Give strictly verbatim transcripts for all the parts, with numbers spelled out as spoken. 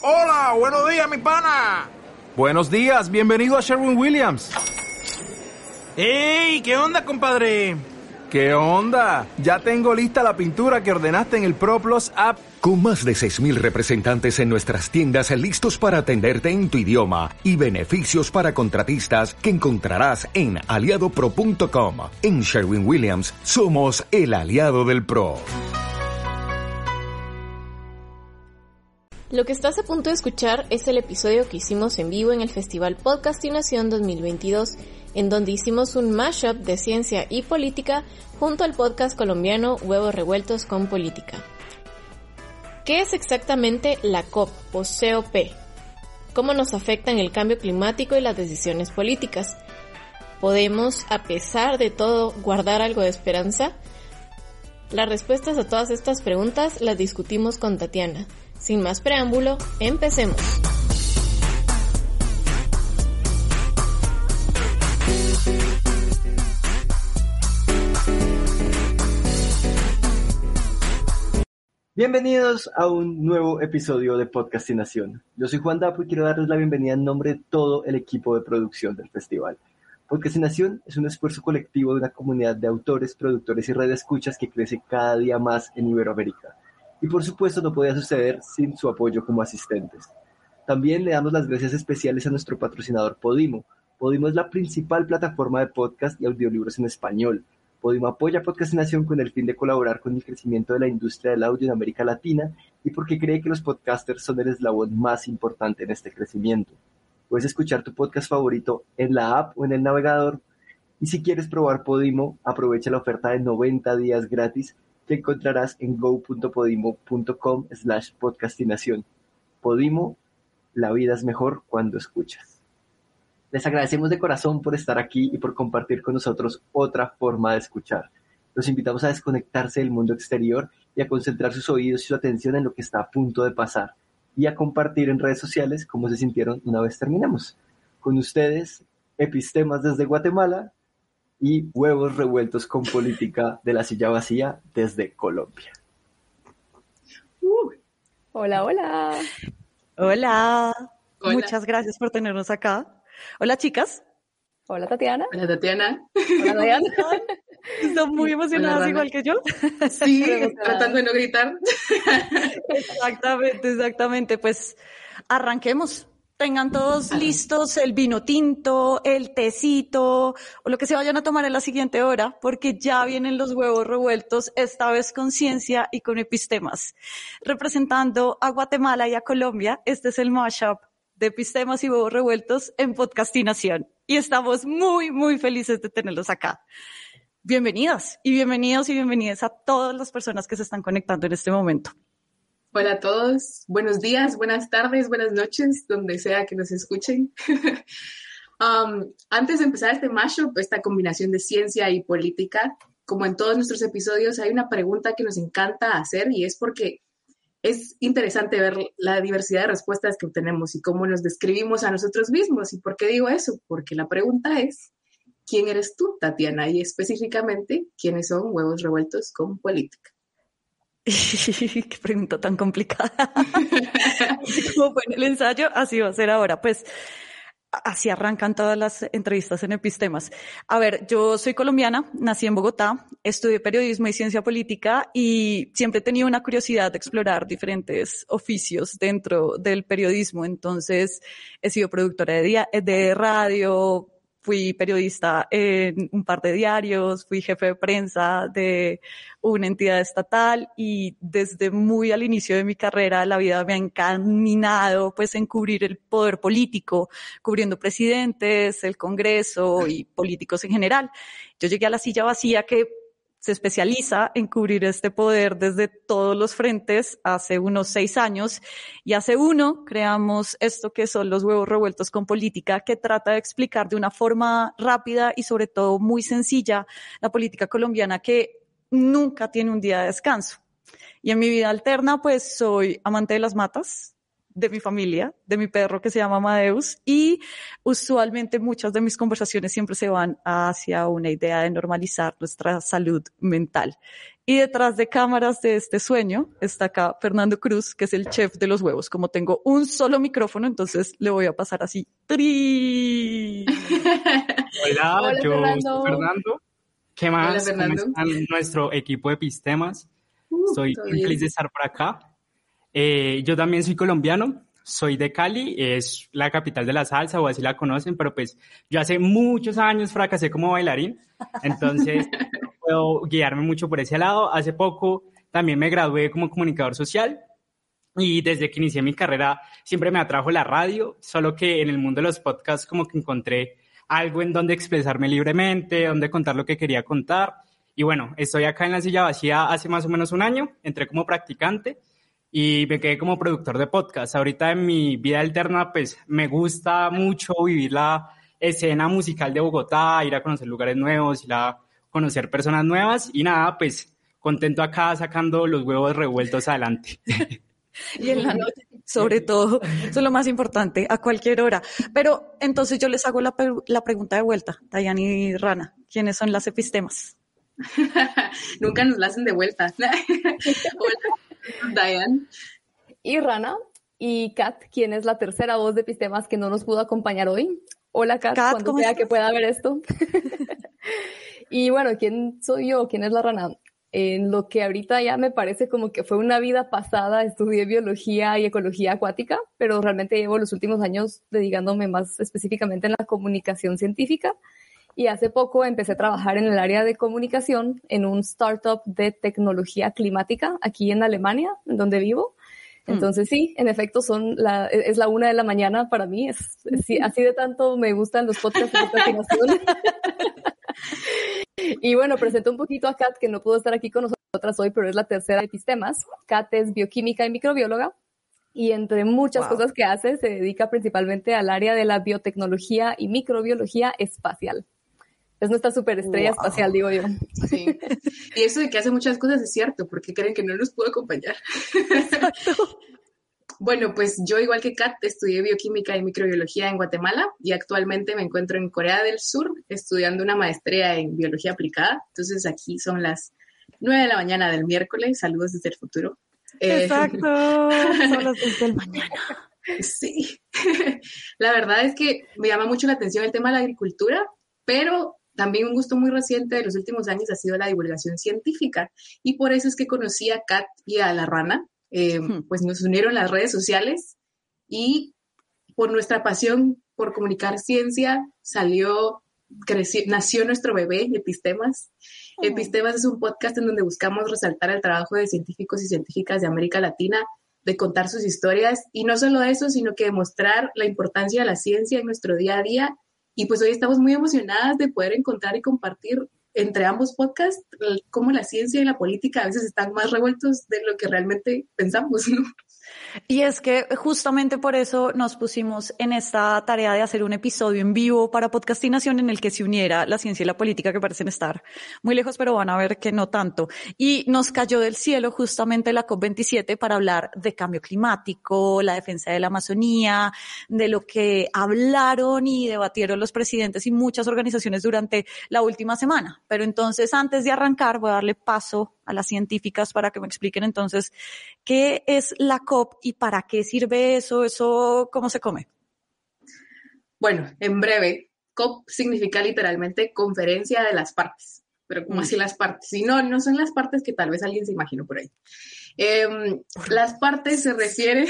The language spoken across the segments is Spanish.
Hola, buenos días, mi pana. Buenos días, bienvenido a Sherwin-Williams. ¡Ey! ¿Qué onda, compadre? ¿Qué onda? Ya tengo lista la pintura que ordenaste en el ProPlus app. Con más de seis mil representantes en nuestras tiendas listos para atenderte en tu idioma y beneficios para contratistas que encontrarás en aliado pro punto com. En Sherwin-Williams somos el aliado del pro. Lo que estás a punto de escuchar es el episodio que hicimos en vivo en el Festival Podcastinación dos mil veintidós, en donde hicimos un mashup de ciencia y política junto al podcast colombiano Huevos Revueltos con Política. ¿Qué es exactamente la COP o C O P? ¿Cómo nos afectan el cambio climático y las decisiones políticas? ¿Podemos, a pesar de todo, guardar algo de esperanza? Las respuestas a todas estas preguntas las discutimos con Tatiana. Sin más preámbulo, empecemos. Bienvenidos a un nuevo episodio de Podcastinación. Yo soy Juan Dapo y quiero darles la bienvenida en nombre de todo el equipo de producción del festival. Podcastinación es un esfuerzo colectivo de una comunidad de autores, productores y radioescuchas que crece cada día más en Iberoamérica. Y por supuesto no podía suceder sin su apoyo como asistentes. También le damos las gracias especiales a nuestro patrocinador Podimo. Podimo es la principal plataforma de podcast y audiolibros en español. Podimo apoya Podcastinación con el fin de colaborar con el crecimiento de la industria del audio en América Latina y porque cree que los podcasters son el eslabón más importante en este crecimiento. Puedes escuchar tu podcast favorito en la app o en el navegador. Y si quieres probar Podimo, aprovecha la oferta de noventa días gratis que encontrarás en go.podimo.com slash podcastinación. Podimo, la vida es mejor cuando escuchas. Les agradecemos de corazón por estar aquí y por compartir con nosotros otra forma de escuchar. Los invitamos a desconectarse del mundo exterior y a concentrar sus oídos y su atención en lo que está a punto de pasar y a compartir en redes sociales cómo se sintieron una vez terminamos. Con ustedes, Epistemas desde Guatemala y Huevos Revueltos con Política de la Silla Vacía desde Colombia. Uh. Hola, hola. Hola. Hola. Muchas gracias por tenernos acá. Hola, chicas. Hola, Tatiana. Hola, Tatiana. Hola, Diana. Están muy emocionadas igual que yo. Sí, tratando de no gritar. Exactamente, exactamente. Pues arranquemos. Tengan todos listos el vino tinto, el tecito o lo que se vayan a tomar en la siguiente hora, porque ya vienen los huevos revueltos, esta vez con ciencia y con epistemas. Representando a Guatemala y a Colombia, este es el mashup de epistemas y huevos revueltos en Podcastinación. Y estamos muy, muy felices de tenerlos acá. Bienvenidas y bienvenidos y bienvenidas a todas las personas que se están conectando en este momento. Hola a todos, buenos días, buenas tardes, buenas noches, donde sea que nos escuchen. um, antes de empezar este mashup, esta combinación de ciencia y política, como en todos nuestros episodios, hay una pregunta que nos encanta hacer y es porque es interesante ver la diversidad de respuestas que obtenemos y cómo nos describimos a nosotros mismos. ¿Y por qué digo eso? Porque la pregunta es, ¿quién eres tú, Tatiana? Y específicamente, ¿quiénes son Huevos Revueltos con Política? Qué pregunta tan complicada. Como fue en el ensayo, así va a ser ahora. Pues así arrancan todas las entrevistas en Epistemas. A ver, yo soy colombiana, nací en Bogotá, estudié periodismo y ciencia política y siempre he tenido una curiosidad de explorar diferentes oficios dentro del periodismo. Entonces, he sido productora de, dia- de radio, fui periodista en un par de diarios, fui jefe de prensa de una entidad estatal y desde muy al inicio de mi carrera la vida me ha encaminado pues en cubrir el poder político, cubriendo presidentes, el Congreso y políticos en general. Yo llegué a la Silla Vacía que se especializa en cubrir este poder desde todos los frentes hace unos seis años y hace uno creamos esto que son los huevos revueltos con política, que trata de explicar de una forma rápida y sobre todo muy sencilla la política colombiana que nunca tiene un día de descanso. Y en mi vida alterna pues soy amante de las matas, de mi familia, de mi perro que se llama Amadeus, y usualmente muchas de mis conversaciones siempre se van hacia una idea de normalizar nuestra salud mental. Y detrás de cámaras de este sueño está acá Fernando Cruz, que es el chef de los huevos. Como tengo un solo micrófono, entonces le voy a pasar así. ¡Tri! Hola, Hola, yo Fernando. soy Fernando. ¿Qué más? Hola, Fernando. ¿Cómo están nuestro equipo de Epistemas? Uh, Estoy todo muy bien. feliz de estar por acá. Eh, yo también soy colombiano, soy de Cali, es la capital de la salsa, o así la conocen, pero pues yo hace muchos años fracasé como bailarín, entonces no puedo guiarme mucho por ese lado. Hace poco también me gradué como comunicador social y desde que inicié mi carrera siempre me atrajo la radio, solo que en el mundo de los podcasts como que encontré algo en donde expresarme libremente, donde contar lo que quería contar. Y bueno, estoy acá en la silla vacía hace más o menos un año, entré como practicante y me quedé como productor de podcast. Ahorita en mi vida alterna, pues me gusta mucho vivir la escena musical de Bogotá, ir a conocer lugares nuevos, ir a conocer personas nuevas y nada, pues contento acá sacando los huevos revueltos adelante. Y en la noche, sobre todo, eso es lo más importante, a cualquier hora. Pero entonces yo les hago la, pe- la pregunta de vuelta, Dayan y Rana, ¿quiénes son las epistemas? Nunca nos la hacen de vuelta. Hola, Diane. Y Rana y Kat, quien es la tercera voz de Epistemas que no nos pudo acompañar hoy. Hola, Kat, Kat, cuando ¿cómo sea estás? que pueda ver esto. Y bueno, ¿quién soy yo? ¿Quién es la Rana? En lo que ahorita ya me parece como que fue una vida pasada, estudié biología y ecología acuática, pero realmente llevo los últimos años dedicándome más específicamente en la comunicación científica. Y hace poco empecé a trabajar en el área de comunicación en un startup de tecnología climática aquí en Alemania, en donde vivo. Entonces sí, en efecto son la, es la una de la mañana para mí. Es, es- sí, así de tanto me gustan los podcasts de procrastinación. Y bueno, presento un poquito a Kat, que no pudo estar aquí con nosotras hoy, pero es la tercera de Epistemas. Kat es bioquímica y microbióloga. Y entre muchas Wow. cosas que hace, se dedica principalmente al área de la biotecnología y microbiología espacial. Es nuestra superestrella Wow. espacial, digo yo. Sí. Y eso de que hace muchas cosas es cierto, porque creen que no nos pudo acompañar. Bueno, pues yo, igual que Kat, estudié bioquímica y microbiología en Guatemala y actualmente me encuentro en Corea del Sur estudiando una maestría en biología aplicada. Entonces aquí son las nueve de la mañana del miércoles. Saludos desde el futuro. Eh, Exacto, son las desde el mañana. Sí, la verdad es que me llama mucho la atención el tema de la agricultura, pero también un gusto muy reciente de los últimos años ha sido la divulgación científica y por eso es que conocí a Kat y a la Rana, eh, Hmm. pues nos unieron las redes sociales y por nuestra pasión por comunicar ciencia salió, creció, nació nuestro bebé, Epistemas. Oh. Epistemas es un podcast en donde buscamos resaltar el trabajo de científicos y científicas de América Latina, de contar sus historias y no solo eso, sino que demostrar la importancia de la ciencia en nuestro día a día. Y pues hoy estamos muy emocionadas de poder encontrar y compartir entre ambos podcasts el- cómo la ciencia y la política a veces están más revueltos de lo que realmente pensamos, ¿no? Y es que justamente por eso nos pusimos en esta tarea de hacer un episodio en vivo para Podcastinación en el que se uniera la ciencia y la política, que parecen estar muy lejos, pero van a ver que no tanto. Y nos cayó del cielo justamente la COP veintisiete para hablar de cambio climático, la defensa de la Amazonía, de lo que hablaron y debatieron los presidentes y muchas organizaciones durante la última semana. Pero entonces, antes de arrancar, voy a darle paso a las científicas para que me expliquen entonces qué es la COP y para qué sirve eso, eso cómo se come. Bueno, en breve, COP significa literalmente conferencia de las partes, pero ¿cómo Mm. así las partes? Si no, no son las partes que tal vez alguien se imaginó por ahí. Em, las partes se refiere...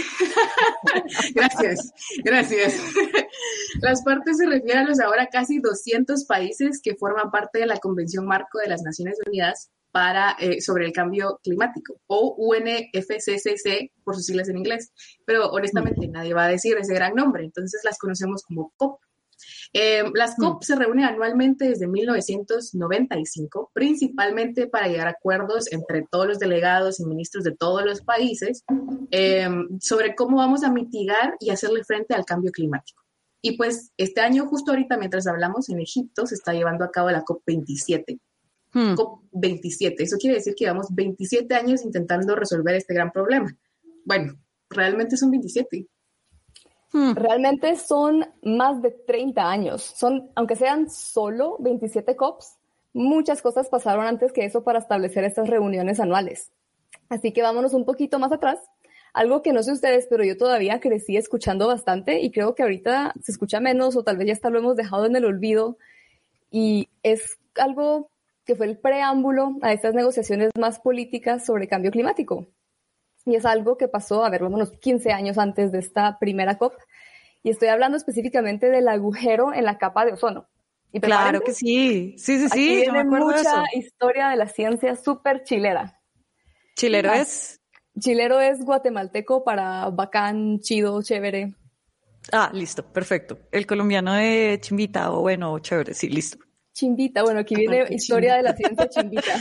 gracias, gracias. Las partes se refieren a los ahora casi doscientos países que forman parte de la Convención Marco de las Naciones Unidas para, eh, sobre el cambio climático, o U N F C C C por sus siglas en inglés, pero honestamente nadie va a decir ese gran nombre, entonces las conocemos como COP. Eh, las COP se reúnen anualmente desde mil novecientos noventa y cinco, principalmente para llegar a acuerdos entre todos los delegados y ministros de todos los países eh, sobre cómo vamos a mitigar y hacerle frente al cambio climático. Y pues este año, justo ahorita mientras hablamos, en Egipto se está llevando a cabo la COP veintisiete. Hmm. COP veintisiete. Eso quiere decir que llevamos veintisiete años intentando resolver este gran problema. Bueno, realmente son veintisiete. Hmm. Realmente son más de treinta años. Son, aunque sean solo veintisiete COPs, muchas cosas pasaron antes que eso para establecer estas reuniones anuales. Así que vámonos un poquito más atrás. Algo que no sé ustedes, pero yo todavía crecí escuchando bastante y creo que ahorita se escucha menos o tal vez ya hasta lo hemos dejado en el olvido. Y es algo que fue el preámbulo a estas negociaciones más políticas sobre cambio climático. Y es algo que pasó, a ver, vámonos quince años antes de esta primera COP. Y estoy hablando específicamente del agujero en la capa de ozono. ¿Y claro que sí, sí, sí, sí, aquí yo me viene acuerdo de eso. Mucha historia de la ciencia súper chilera. ¿Chilero es? Chilero es guatemalteco para bacán, chido, chévere. Ah, listo, perfecto. El colombiano de chimbita, o bueno, chévere, sí, listo. Chimbita, bueno, aquí viene Aparte, historia chimbita. de la ciencia chimbita.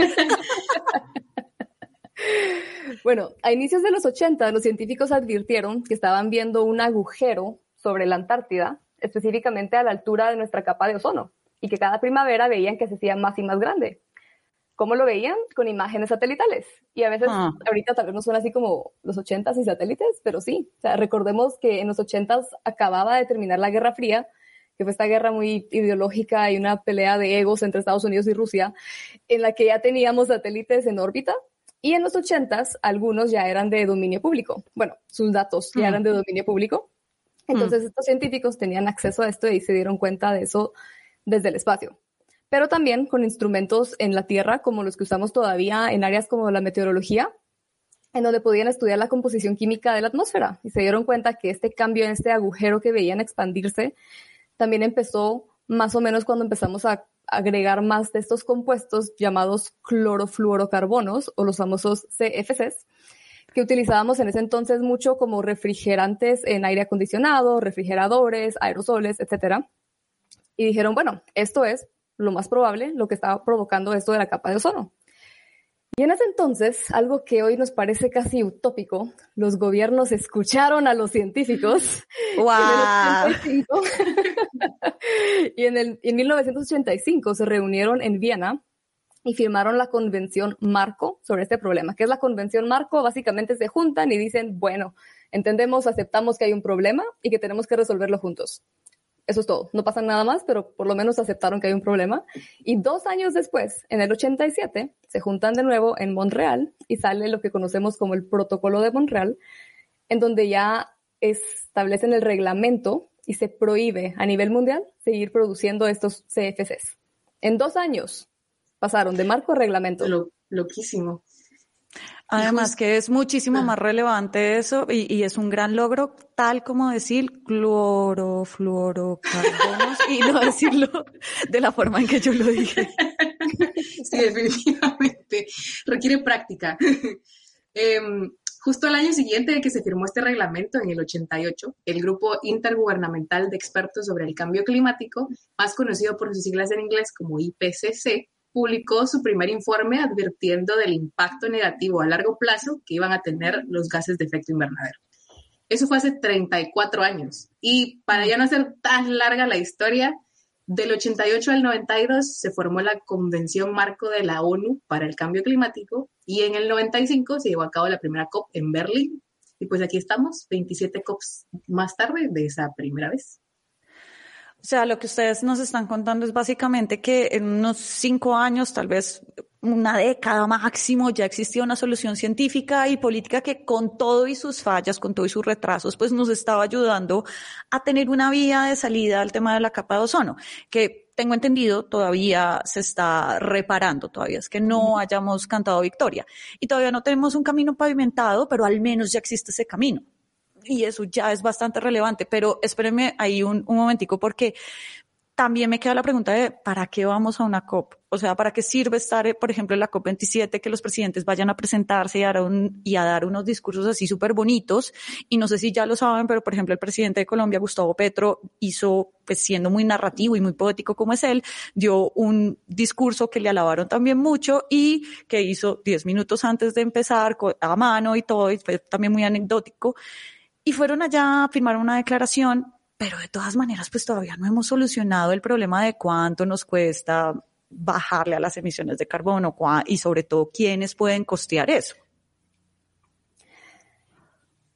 Bueno, a inicios de los ochenta, los científicos advirtieron que estaban viendo un agujero sobre la Antártida, específicamente a la altura de nuestra capa de ozono, y que cada primavera veían que se hacía más y más grande. ¿Cómo lo veían? Con imágenes satelitales. Y a veces, ah. ahorita tal vez no suena así como los ochentas y satélites, pero sí. O sea, recordemos que en los ochentas acababa de terminar la Guerra Fría, que fue esta guerra muy ideológica y una pelea de egos entre Estados Unidos y Rusia, en la que ya teníamos satélites en órbita. Y en los ochentas, algunos ya eran de dominio público. Bueno, sus datos ya mm. eran de dominio público. Entonces, mm. estos científicos tenían acceso a esto y se dieron cuenta de eso desde el espacio. Pero también con instrumentos en la Tierra, como los que usamos todavía en áreas como la meteorología, en donde podían estudiar la composición química de la atmósfera. Y se dieron cuenta que este cambio en este agujero que veían expandirse también empezó más o menos cuando empezamos a agregar más de estos compuestos llamados clorofluorocarbonos, o los famosos C F Cs, que utilizábamos en ese entonces mucho como refrigerantes en aire acondicionado, refrigeradores, aerosoles, etcétera. Y dijeron, bueno, esto es lo más probable, lo que estaba provocando esto de la capa de ozono. Y en ese entonces, algo que hoy nos parece casi utópico, los gobiernos escucharon a los científicos. ¡Wow! Y en, el, en mil novecientos ochenta y cinco se reunieron en Viena y firmaron la Convención Marco sobre este problema. ¿Qué es la Convención Marco? Básicamente se juntan y dicen, bueno, entendemos, aceptamos que hay un problema y que tenemos que resolverlo juntos. Eso es todo. No pasa nada más, pero por lo menos aceptaron que hay un problema. Y dos años después, en el ochenta y siete, se juntan de nuevo en Montreal y sale lo que conocemos como el Protocolo de Montreal, en donde ya establecen el reglamento y se prohíbe a nivel mundial seguir produciendo estos C F Cs. En dos años pasaron de marco a reglamento. Lo, loquísimo. Además que es muchísimo más relevante eso y, y es un gran logro, tal como decir clorofluorocarbonos y no decirlo de la forma en que yo lo dije. Sí, definitivamente. Requiere práctica. eh, justo al año siguiente de que se firmó este reglamento, en el ochenta y ocho, el Grupo Intergubernamental de Expertos sobre el Cambio Climático, más conocido por sus siglas en inglés como I P C C, publicó su primer informe advirtiendo del impacto negativo a largo plazo que iban a tener los gases de efecto invernadero. Eso fue hace treinta y cuatro años. Y para ya no hacer tan larga la historia, del ochenta y ocho al noventa y dos se formó la Convención Marco de la ONU para el Cambio Climático y en el noventa y cinco se llevó a cabo la primera COP en Berlín. Y pues aquí estamos, veintisiete COPs más tarde de esa primera vez. O sea, lo que ustedes nos están contando es básicamente que en unos cinco años, tal vez una década máximo, ya existía una solución científica y política que con todo y sus fallas, con todo y sus retrasos, pues nos estaba ayudando a tener una vía de salida al tema de la capa de ozono, que tengo entendido todavía se está reparando, todavía es que no hayamos cantado victoria. Y todavía no tenemos un camino pavimentado, pero al menos ya existe ese camino. Y eso ya es bastante relevante, pero espérenme ahí un, un momentico porque también me queda la pregunta de ¿para qué vamos a una COP? O sea, ¿para qué sirve estar, por ejemplo, en la COP veintisiete, que los presidentes vayan a presentarse y a dar, un, y a dar unos discursos así súper bonitos? Y no sé si ya lo saben, pero por ejemplo, el presidente de Colombia, Gustavo Petro, hizo, pues siendo muy narrativo y muy poético como es él, dio un discurso que le alabaron también mucho y que hizo diez minutos antes de empezar a mano y todo, y fue también muy anecdótico. Y fueron allá, firmaron una declaración, pero de todas maneras, pues todavía no hemos solucionado el problema de cuánto nos cuesta bajarle a las emisiones de carbono y sobre todo quiénes pueden costear eso.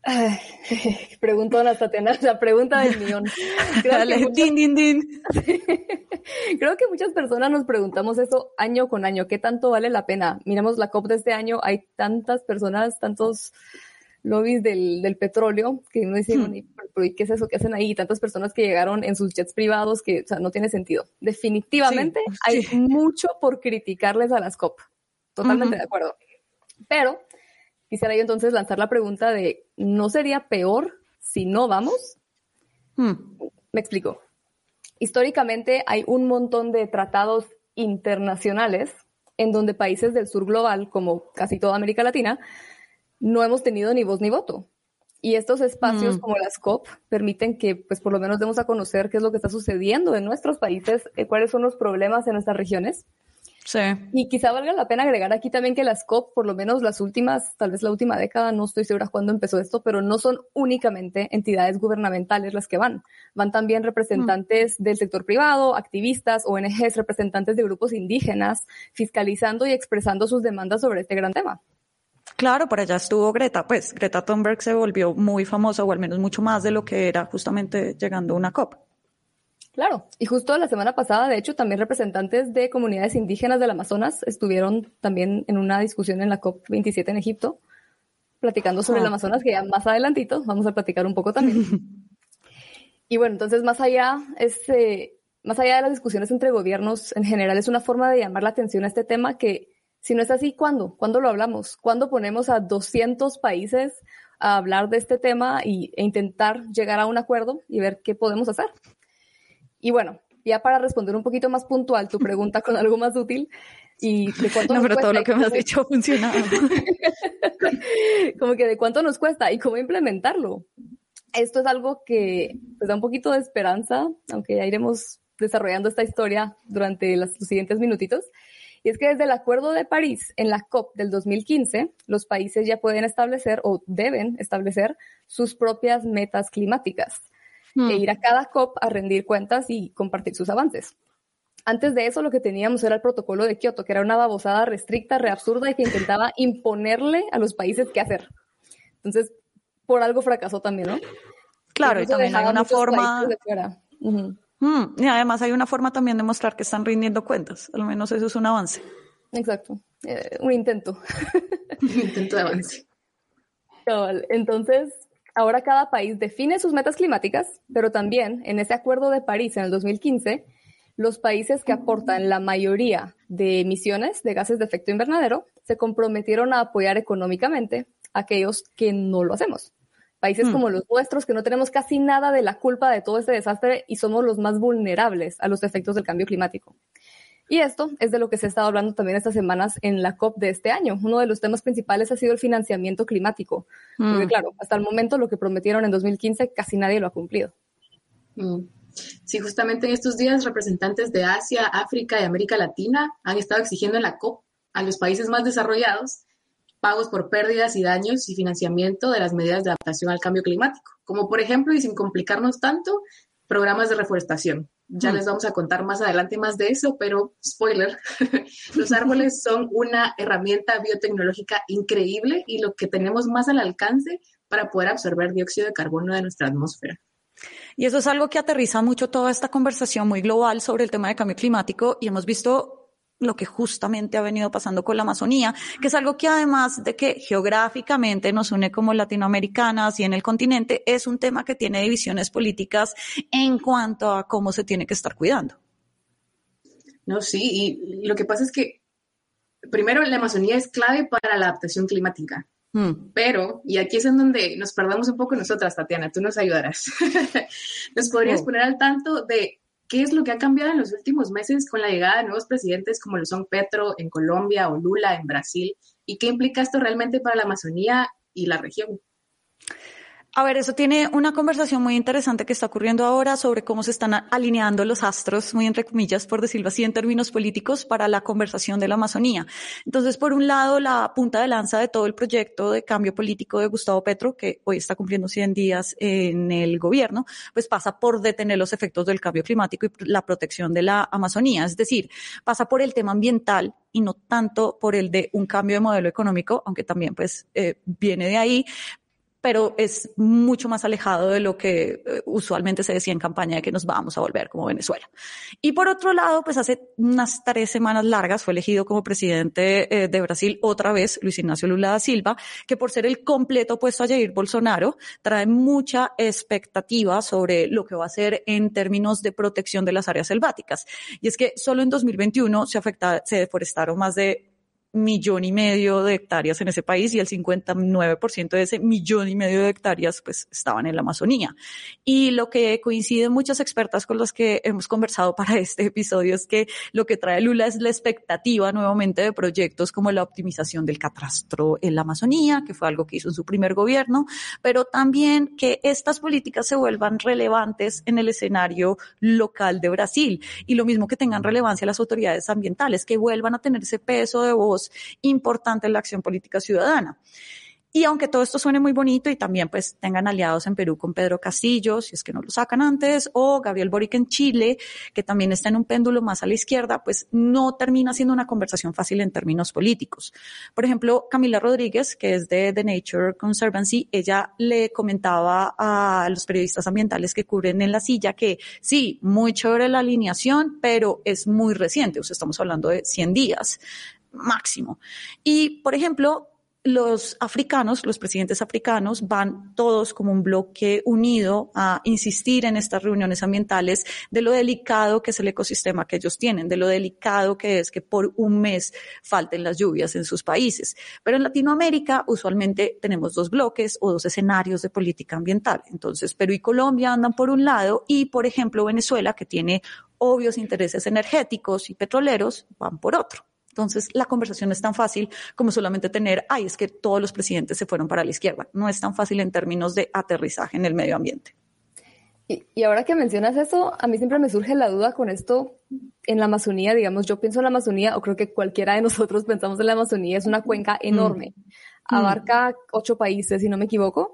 Ay, preguntona, Tatiana, la pregunta del millón. Creo Dale, que muchas, din, din, din. creo que muchas personas nos preguntamos eso año con año, ¿qué tanto vale la pena? Miramos la COP de este año, hay tantas personas, tantos lobbies del, del petróleo que uno dice, hmm. ¿y qué es eso que hacen ahí? Tantas personas que llegaron en sus jets privados que, o sea, no tiene sentido. Definitivamente sí, hay sí. mucho por criticarles a las COP. Totalmente uh-huh. de acuerdo. Pero quisiera yo entonces lanzar la pregunta de, ¿no sería peor si no vamos? Hmm. Me explico. Históricamente hay un montón de tratados internacionales en donde países del sur global, como casi toda América Latina, no hemos tenido ni voz ni voto. Y estos espacios mm. como las COP permiten que, pues, por lo menos demos a conocer qué es lo que está sucediendo en nuestros países, eh, cuáles son los problemas en nuestras regiones. Sí. Y quizá valga la pena agregar aquí también que las COP, por lo menos las últimas, tal vez la última década, no estoy segura cuándo empezó esto, pero no son únicamente entidades gubernamentales las que van. Van también representantes mm. del sector privado, activistas, O N Ges, representantes de grupos indígenas, fiscalizando y expresando sus demandas sobre este gran tema. Claro, por allá estuvo Greta, pues Greta Thunberg se volvió muy famosa, o al menos mucho más de lo que era justamente llegando a una COP. Claro, y justo la semana pasada, de hecho, también representantes de comunidades indígenas del Amazonas estuvieron también en una discusión en la COP veintisiete en Egipto, platicando sobre oh. el Amazonas, que ya más adelantito vamos a platicar un poco también. Y bueno, entonces más allá, es, eh, más allá de las discusiones entre gobiernos, en general es una forma de llamar la atención a este tema que, si no es así, ¿cuándo? ¿Cuándo lo hablamos? ¿Cuándo ponemos a doscientos países a hablar de este tema y, e intentar llegar a un acuerdo y ver qué podemos hacer? Y bueno, ya para responder un poquito más puntual tu pregunta con algo más útil y de cuánto no, nos pero cuesta todo lo que me has cómo... dicho ha funcionado. Como que de cuánto nos cuesta y cómo implementarlo. Esto es algo que pues, da un poquito de esperanza, aunque ya iremos desarrollando esta historia durante los, los siguientes minutitos. Y es que desde el Acuerdo de París en la COP del dos mil quince, los países ya pueden establecer o deben establecer sus propias metas climáticas. Hmm. E ir a cada COP a rendir cuentas y compartir sus avances. Antes de eso, lo que teníamos era el protocolo de Kioto, que era una babosada restricta, reabsurda y que intentaba imponerle a los países qué hacer. Entonces, por algo fracasó también, ¿no? Claro, y también hay una forma... Uh-huh. Mm, y además hay una forma también de mostrar que están rindiendo cuentas. Al menos eso es un avance. Exacto. Eh, un intento. Un intento de avance. Entonces... Ahora cada país define sus metas climáticas, pero también en ese Acuerdo de París en el dos mil quince, los países que aportan la mayoría de emisiones de gases de efecto invernadero se comprometieron a apoyar económicamente a aquellos que no lo hacemos. Países mm. como los nuestros, que no tenemos casi nada de la culpa de todo este desastre y somos los más vulnerables a los efectos del cambio climático. Y esto es de lo que se ha estado hablando también estas semanas en la COP de este año. Uno de los temas principales ha sido el financiamiento climático. Mm. Porque claro, hasta el momento lo que prometieron en dos mil quince casi nadie lo ha cumplido. Mm. Sí, justamente en estos días representantes de Asia, África y América Latina han estado exigiendo en la COP a los países más desarrollados pagos por pérdidas y daños y financiamiento de las medidas de adaptación al cambio climático. Como por ejemplo, y sin complicarnos tanto, programas de reforestación. Ya les vamos a contar más adelante más de eso, pero spoiler, los árboles son una herramienta biotecnológica increíble y lo que tenemos más al alcance para poder absorber dióxido de carbono de nuestra atmósfera. Y eso es algo que aterriza mucho toda esta conversación muy global sobre el tema de cambio climático y hemos visto lo que justamente ha venido pasando con la Amazonía, que es algo que además de que geográficamente nos une como latinoamericanas y en el continente, es un tema que tiene divisiones políticas en cuanto a cómo se tiene que estar cuidando. No, sí, y lo que pasa es que primero la Amazonía es clave para la adaptación climática, mm. pero, y aquí es en donde nos perdamos un poco nosotras, Tatiana, tú nos ayudarás, nos podrías oh. poner al tanto de ¿qué es lo que ha cambiado en los últimos meses con la llegada de nuevos presidentes como lo son Petro en Colombia o Lula en Brasil? ¿Y qué implica esto realmente para la Amazonía y la región? A ver, eso tiene una conversación muy interesante que está ocurriendo ahora sobre cómo se están alineando los astros, muy entre comillas, por decirlo así, en términos políticos, para la conversación de la Amazonía. Entonces, por un lado, la punta de lanza de todo el proyecto de cambio político de Gustavo Petro, que hoy está cumpliendo cien días en el gobierno, pues pasa por detener los efectos del cambio climático y la protección de la Amazonía. Es decir, pasa por el tema ambiental y no tanto por el de un cambio de modelo económico, aunque también pues eh, viene de ahí, pero es mucho más alejado de lo que eh, usualmente se decía en campaña de que nos vamos a volver como Venezuela. Y por otro lado, pues hace unas tres semanas largas fue elegido como presidente eh, de Brasil otra vez Luis Ignacio Lula da Silva, que por ser el completo opuesto a Jair Bolsonaro, trae mucha expectativa sobre lo que va a hacer en términos de protección de las áreas selváticas. Y es que solo en dos mil veintiuno se afecta, se deforestaron más de millón y medio de hectáreas en ese país y el cincuenta y nueve por ciento de ese millón y medio de hectáreas pues estaban en la Amazonía. Y lo que coinciden muchas expertas con las que hemos conversado para este episodio es que lo que trae Lula es la expectativa nuevamente de proyectos como la optimización del catastro en la Amazonía, que fue algo que hizo en su primer gobierno, pero también que estas políticas se vuelvan relevantes en el escenario local de Brasil y lo mismo que tengan relevancia las autoridades ambientales, que vuelvan a tener ese peso de voz importante en la acción política ciudadana. Y aunque todo esto suene muy bonito y también pues tengan aliados en Perú con Pedro Castillo, si es que no lo sacan antes, o Gabriel Boric en Chile, que también está en un péndulo más a la izquierda, pues no termina siendo una conversación fácil en términos políticos. Por ejemplo, Camila Rodríguez, que es de The Nature Conservancy, ella le comentaba a los periodistas ambientales que cubren En la Silla que sí, muy chévere la alineación, pero es muy reciente, o sea, estamos hablando de cien días máximo. Y, por ejemplo, los africanos, los presidentes africanos van todos como un bloque unido a insistir en estas reuniones ambientales de lo delicado que es el ecosistema que ellos tienen, de lo delicado que es que por un mes falten las lluvias en sus países. Pero en Latinoamérica usualmente tenemos dos bloques o dos escenarios de política ambiental. Entonces Perú y Colombia andan por un lado y, por ejemplo, Venezuela, que tiene obvios intereses energéticos y petroleros, van por otro. Entonces, la conversación no es tan fácil como solamente tener, ay, es que todos los presidentes se fueron para la izquierda. No es tan fácil en términos de aterrizaje en el medio ambiente. Y, y ahora que mencionas eso, a mí siempre me surge la duda con esto en la Amazonía. Digamos, yo pienso en la Amazonía, o creo que cualquiera de nosotros pensamos en la Amazonía, es una cuenca enorme. Mm. Abarca ocho países, si no me equivoco.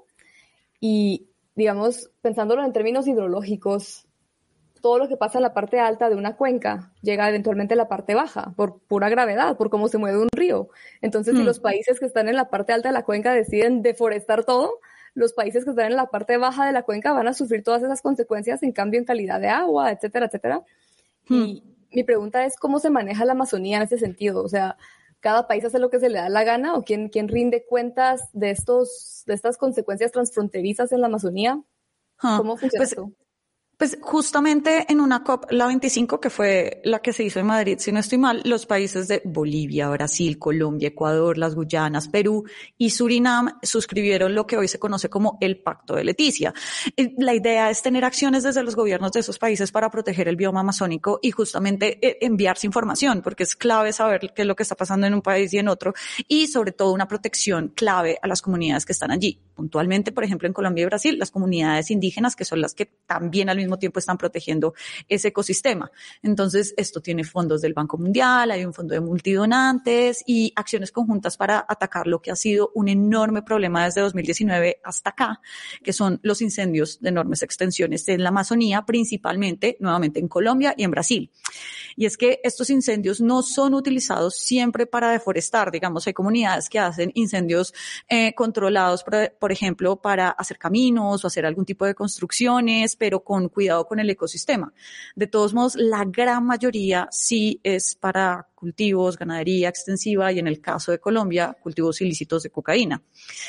Y, digamos, pensándolo en términos hidrológicos, todo lo que pasa en la parte alta de una cuenca llega eventualmente a la parte baja, por pura gravedad, por cómo se mueve un río. Entonces, mm. si los países que están en la parte alta de la cuenca deciden deforestar todo, los países que están en la parte baja de la cuenca van a sufrir todas esas consecuencias en cambio en calidad de agua, etcétera, etcétera. Mm. Y mi pregunta es, ¿cómo se maneja la Amazonía en ese sentido? O sea, ¿cada país hace lo que se le da la gana? ¿O quién, quién rinde cuentas de, estos, de estas consecuencias transfronterizas en la Amazonía? ¿Cómo huh. funciona pues, esto? Pues justamente en una COP, la veinticinco, que fue la que se hizo en Madrid, si no estoy mal, los países de Bolivia, Brasil, Colombia, Ecuador, las Guyanas, Perú y Surinam suscribieron lo que hoy se conoce como el Pacto de Leticia. La idea es tener acciones desde los gobiernos de esos países para proteger el bioma amazónico y justamente enviarse información, porque es clave saber qué es lo que está pasando en un país y en otro, y sobre todo una protección clave a las comunidades que están allí. Puntualmente, por ejemplo, en Colombia y Brasil, las comunidades indígenas, que son las que también al mismo tiempo están protegiendo ese ecosistema. Entonces, esto tiene fondos del Banco Mundial, hay un fondo de multidonantes y acciones conjuntas para atacar lo que ha sido un enorme problema desde dos mil diecinueve hasta acá, que son los incendios de enormes extensiones en la Amazonía, principalmente, nuevamente, en Colombia y en Brasil. Y es que estos incendios no son utilizados siempre para deforestar. Digamos, hay comunidades que hacen incendios eh, controlados, por, por ejemplo, para hacer caminos o hacer algún tipo de construcciones, pero con cuidado con el ecosistema. De todos modos, la gran mayoría sí es para cultivos, ganadería extensiva y en el caso de Colombia, cultivos ilícitos de cocaína.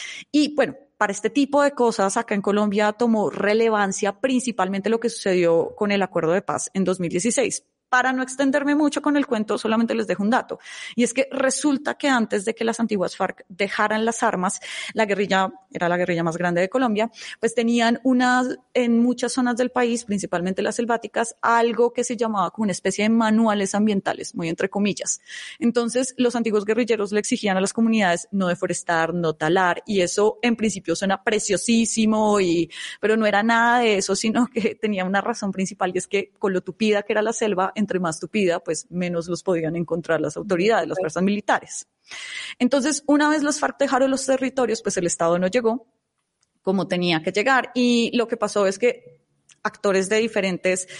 Y bueno, para este tipo de cosas acá en Colombia tomó relevancia principalmente lo que sucedió con el Acuerdo de Paz en dos mil dieciséis. Para no extenderme mucho con el cuento, solamente les dejo un dato. Y es que resulta que antes de que las antiguas FARC dejaran las armas, la guerrilla, era la guerrilla más grande de Colombia, pues tenían unas, en muchas zonas del país, principalmente las selváticas, algo que se llamaba como una especie de manuales ambientales, muy entre comillas. Entonces, los antiguos guerrilleros le exigían a las comunidades no deforestar, no talar, y eso en principio suena preciosísimo, y, pero no era nada de eso, sino que tenía una razón principal, y es que con lo tupida que era la selva, entre más tupida, pues menos los podían encontrar las autoridades, las fuerzas militares. Entonces, una vez los FARC dejaron los territorios, pues el Estado no llegó como tenía que llegar. Y lo que pasó es que actores de diferentes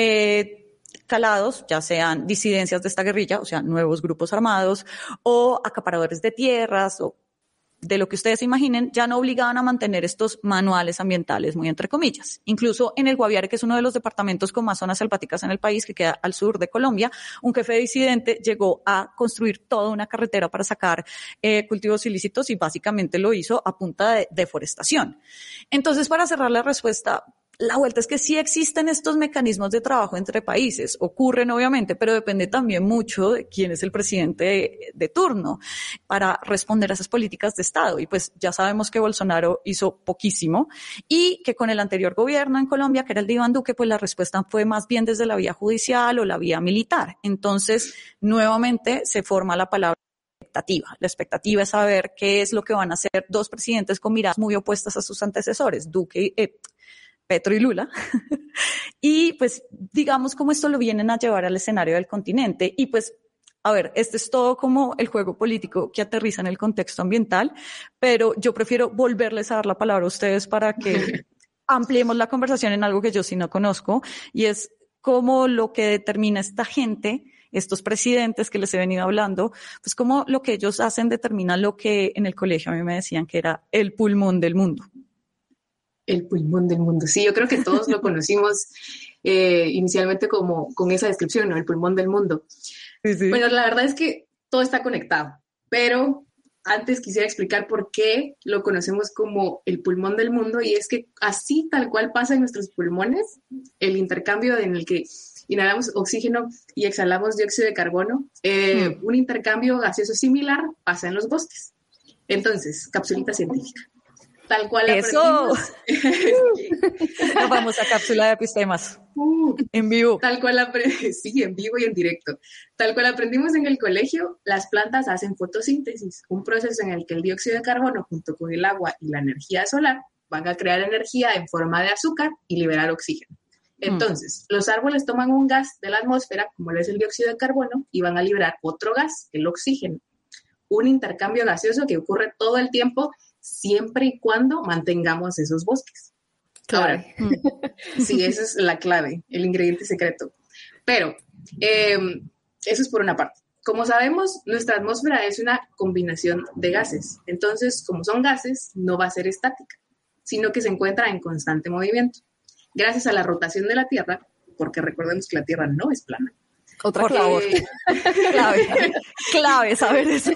eh, calados, ya sean disidencias de esta guerrilla, o sea, nuevos grupos armados, o acaparadores de tierras, o de lo que ustedes imaginen, ya no obligaban a mantener estos manuales ambientales, muy entre comillas. Incluso en el Guaviare, que es uno de los departamentos con más zonas selváticas en el país, que queda al sur de Colombia, un jefe disidente llegó a construir toda una carretera para sacar eh, cultivos ilícitos y básicamente lo hizo a punta de deforestación. Entonces, para cerrar la respuesta, la vuelta es que sí existen estos mecanismos de trabajo entre países, ocurren obviamente, pero depende también mucho de quién es el presidente de, de turno para responder a esas políticas de Estado. Y pues ya sabemos que Bolsonaro hizo poquísimo y que con el anterior gobierno en Colombia, que era el de Iván Duque, pues la respuesta fue más bien desde la vía judicial o la vía militar. Entonces, nuevamente se forma la palabra expectativa. La expectativa es saber qué es lo que van a hacer dos presidentes con miradas muy opuestas a sus antecesores, Duque y... Eh, Petro y Lula, y pues digamos cómo esto lo vienen a llevar al escenario del continente y pues, a ver, este es todo como el juego político que aterriza en el contexto ambiental, pero yo prefiero volverles a dar la palabra a ustedes para que ampliemos la conversación en algo que yo sí no conozco y es cómo lo que determina esta gente, estos presidentes que les he venido hablando, pues cómo lo que ellos hacen determina lo que en el colegio a mí me decían que era el pulmón del mundo. El pulmón del mundo. Sí, yo creo que todos lo conocimos eh, inicialmente como con esa descripción, ¿no? El pulmón del mundo. Sí, sí. Bueno, la verdad es que todo está conectado, pero antes quisiera explicar por qué lo conocemos como el pulmón del mundo y es que así tal cual pasa en nuestros pulmones, el intercambio en el que inhalamos oxígeno y exhalamos dióxido de carbono, eh, mm. un intercambio gaseoso similar pasa en los bosques. Entonces, capsulita científica. Tal cual ¡eso! Nos vamos a cápsula de epistemas. Uh, en vivo. Tal cual aprendimos, sí, en vivo y en directo. Tal cual aprendimos en el colegio, las plantas hacen fotosíntesis, un proceso en el que el dióxido de carbono junto con el agua y la energía solar van a crear energía en forma de azúcar y liberar oxígeno. Entonces, mm. los árboles toman un gas de la atmósfera, como lo es el dióxido de carbono, y van a liberar otro gas, el oxígeno. Un intercambio gaseoso que ocurre todo el tiempo siempre y cuando mantengamos esos bosques. Claro. Ahora, sí, esa es la clave, el ingrediente secreto. Pero eh, eso es por una parte. Como sabemos, nuestra atmósfera es una combinación de gases. Entonces, como son gases, no va a ser estática, sino que se encuentra en constante movimiento. Gracias a la rotación de la Tierra, porque recordemos que la Tierra no es plana. Otra por favor. clave, clave saber eso.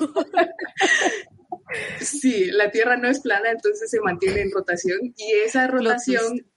Sí, la Tierra no es plana, entonces se mantiene en rotación y esa rotación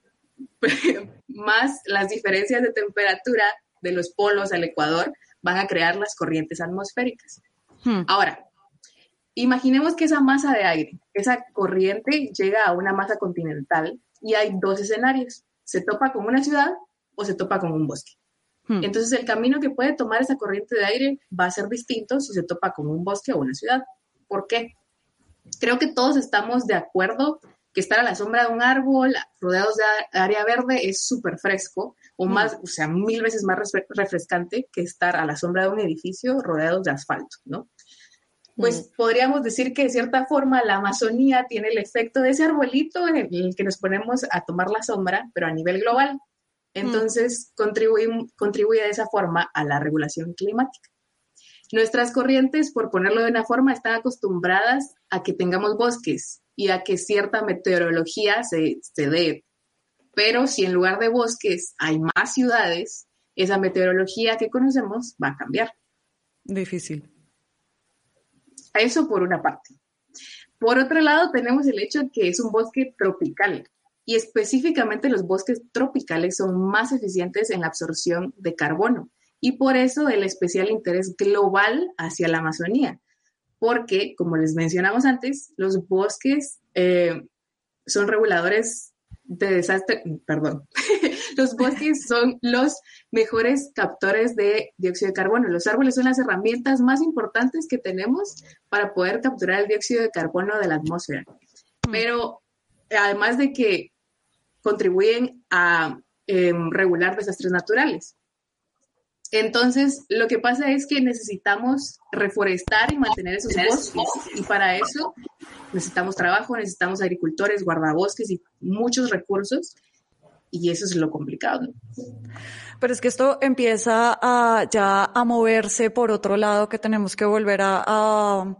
más las diferencias de temperatura de los polos al ecuador van a crear las corrientes atmosféricas. Hmm. Ahora, imaginemos que esa masa de aire, esa corriente llega a una masa continental y hay dos escenarios, se topa con una ciudad o se topa con un bosque. Hmm. Entonces el camino que puede tomar esa corriente de aire va a ser distinto si se topa con un bosque o una ciudad. ¿Por qué? Creo que todos estamos de acuerdo que estar a la sombra de un árbol, rodeados de área verde, es súper fresco, o más, mm. o sea, mil veces más refrescante que estar a la sombra de un edificio rodeados de asfalto, ¿no? Pues mm. podríamos decir que de cierta forma la Amazonía tiene el efecto de ese arbolito en el que nos ponemos a tomar la sombra, pero a nivel global. Entonces, mm. contribuye, contribuye de esa forma a la regulación climática. Nuestras corrientes, por ponerlo de una forma, están acostumbradas a que tengamos bosques y a que cierta meteorología se, se dé. Pero si en lugar de bosques hay más ciudades, esa meteorología que conocemos va a cambiar. Difícil. Eso por una parte. Por otro lado, tenemos el hecho de que es un bosque tropical y específicamente los bosques tropicales son más eficientes en la absorción de carbono. Y por eso el especial interés global hacia la Amazonía, porque, como les mencionamos antes, los bosques eh, son reguladores de desastre, perdón, los bosques son los mejores captores de dióxido de carbono. Los árboles son las herramientas más importantes que tenemos para poder capturar el dióxido de carbono de la atmósfera. Pero además de que contribuyen a eh, regular desastres naturales. Entonces, lo que pasa es que necesitamos reforestar y mantener esos bosques, y para eso necesitamos trabajo, necesitamos agricultores, guardabosques y muchos recursos, y eso es lo complicado, ¿no? Pero es que esto empieza a ya a moverse por otro lado, que tenemos que volver a, a,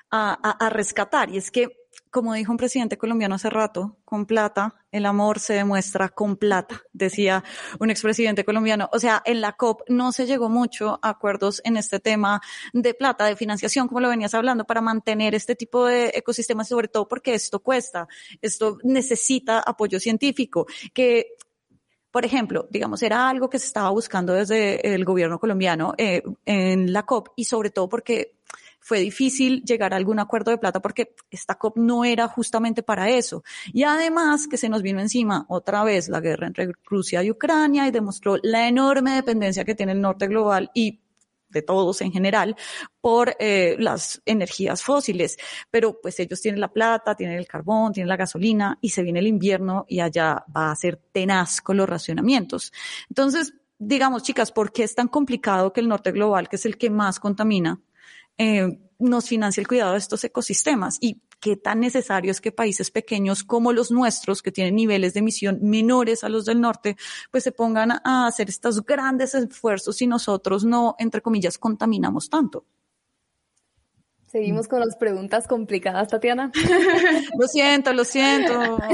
a, a, a rescatar. Y es que, como dijo un presidente colombiano hace rato, con plata, el amor se demuestra con plata, decía un expresidente colombiano. O sea, en la COP no se llegó mucho a acuerdos en este tema de plata, de financiación, como lo venías hablando, para mantener este tipo de ecosistemas, sobre todo porque esto cuesta, esto necesita apoyo científico, que, por ejemplo, digamos, era algo que se estaba buscando desde el gobierno colombiano eh, en la COP, y sobre todo porque fue difícil llegar a algún acuerdo de plata porque esta COP no era justamente para eso. Y además que se nos vino encima otra vez la guerra entre Rusia y Ucrania y demostró la enorme dependencia que tiene el norte global y de todos en general por eh, las energías fósiles. Pero pues ellos tienen la plata, tienen el carbón, tienen la gasolina y se viene el invierno y allá va a ser tenaz con los racionamientos. Entonces, digamos, chicas, ¿por qué es tan complicado que el norte global, que es el que más contamina, Eh, nos financia el cuidado de estos ecosistemas? ¿Y qué tan necesario es que países pequeños como los nuestros, que tienen niveles de emisión menores a los del norte, pues se pongan a hacer estos grandes esfuerzos si nosotros no, entre comillas, contaminamos tanto? Seguimos con las preguntas complicadas, Tatiana. Lo siento, lo siento.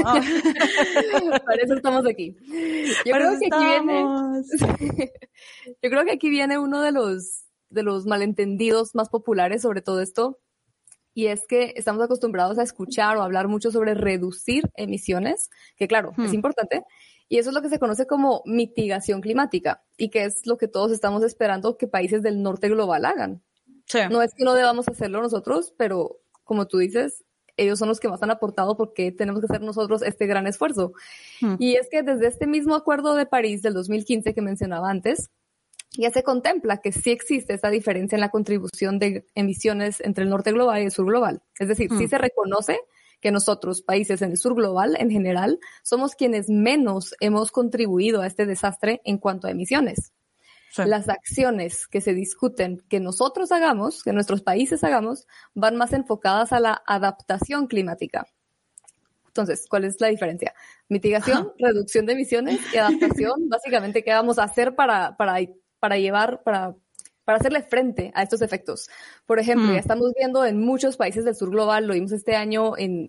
Para eso estamos aquí. Yo Para creo que aquí estamos. viene, yo creo que aquí viene uno de los de los malentendidos más populares sobre todo esto, y es que estamos acostumbrados a escuchar o hablar mucho sobre reducir emisiones, que claro, hmm. es importante, y eso es lo que se conoce como mitigación climática, y que es lo que todos estamos esperando que países del norte global hagan. Sí. No es que no debamos hacerlo nosotros, pero como tú dices, ellos son los que más han aportado porque tenemos que hacer nosotros este gran esfuerzo. Hmm. Y es que desde este mismo Acuerdo de París del dos mil quince que mencionaba antes, ya se contempla que sí existe esa diferencia en la contribución de emisiones entre el norte global y el sur global. Es decir, mm. sí se reconoce que nosotros, países en el sur global en general, somos quienes menos hemos contribuido a este desastre en cuanto a emisiones. Sí. Las acciones que se discuten que nosotros hagamos, que nuestros países hagamos, van más enfocadas a la adaptación climática. Entonces, ¿cuál es la diferencia? Mitigación, reducción de emisiones, y adaptación, básicamente, ¿qué vamos a hacer para, para para llevar, para, para hacerle frente a estos efectos? Por ejemplo, mm. ya estamos viendo en muchos países del sur global, lo vimos este año en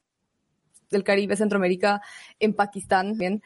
el Caribe, Centroamérica, en Pakistán, bien,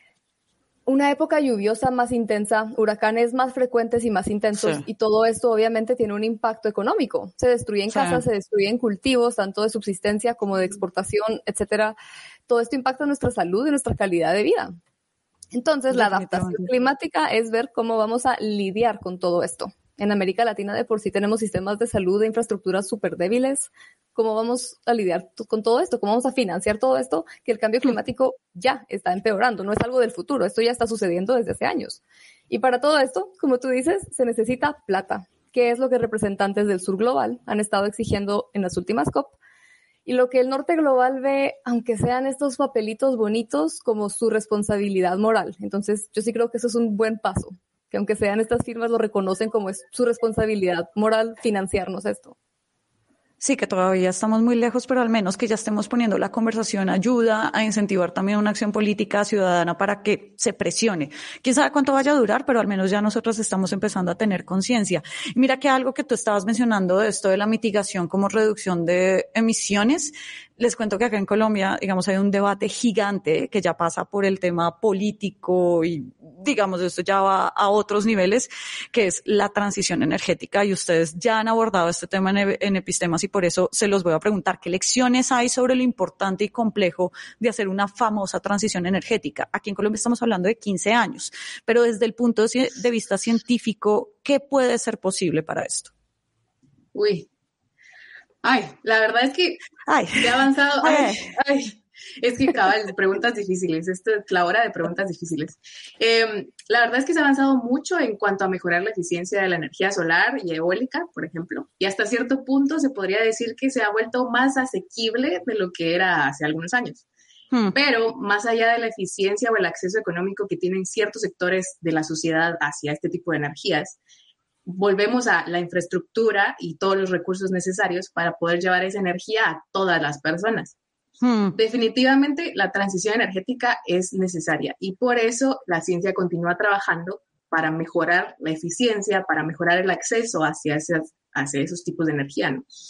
una época lluviosa más intensa, huracanes más frecuentes y más intensos, sí. y todo esto obviamente tiene un impacto económico. Se destruyen sí. casas, se destruyen cultivos, tanto de subsistencia como de exportación, etcétera. Todo esto impacta nuestra salud y nuestra calidad de vida. Entonces, la adaptación climática es ver cómo vamos a lidiar con todo esto. En América Latina de por sí tenemos sistemas de salud e infraestructuras súper débiles. ¿Cómo vamos a lidiar con todo esto? ¿Cómo vamos a financiar todo esto? Que el cambio climático ya está empeorando, no es algo del futuro, esto ya está sucediendo desde hace años. Y para todo esto, como tú dices, se necesita plata, que es lo que representantes del sur global han estado exigiendo en las últimas COP. Y lo que el norte global ve, aunque sean estos papelitos bonitos, como su responsabilidad moral. Entonces, yo sí creo que eso es un buen paso, que aunque sean estas firmas, lo reconocen como es su responsabilidad moral financiarnos esto. Sí, que todavía estamos muy lejos, pero al menos que ya estemos poniendo la conversación ayuda a incentivar también una acción política ciudadana para que se presione. Quién sabe cuánto vaya a durar, pero al menos ya nosotros estamos empezando a tener conciencia. Y mira que algo que tú estabas mencionando de esto de la mitigación como reducción de emisiones, les cuento que acá en Colombia, digamos, hay un debate gigante que ya pasa por el tema político y, digamos, esto ya va a otros niveles, que es la transición energética. Y ustedes ya han abordado este tema en, en Epistemas y por eso se los voy a preguntar, ¿qué lecciones hay sobre lo importante y complejo de hacer una famosa transición energética? Aquí en Colombia estamos hablando de quince años, pero desde el punto de vista científico, ¿qué puede ser posible para esto? Uy. Ay, la verdad es que ay. se ha avanzado. Ay, ay, es que cabal, preguntas difíciles. Esto es la hora de preguntas difíciles. Eh, la verdad es que se ha avanzado mucho en cuanto a mejorar la eficiencia de la energía solar y eólica, por ejemplo. Y hasta cierto punto se podría decir que se ha vuelto más asequible de lo que era hace algunos años. Hmm. Pero más allá de la eficiencia o el acceso económico que tienen ciertos sectores de la sociedad hacia este tipo de energías, volvemos a la infraestructura y todos los recursos necesarios para poder llevar esa energía a todas las personas. Hmm. Definitivamente la transición energética es necesaria y por eso la ciencia continúa trabajando para mejorar la eficiencia, para mejorar el acceso hacia, esas, hacia esos tipos de energía, ¿no?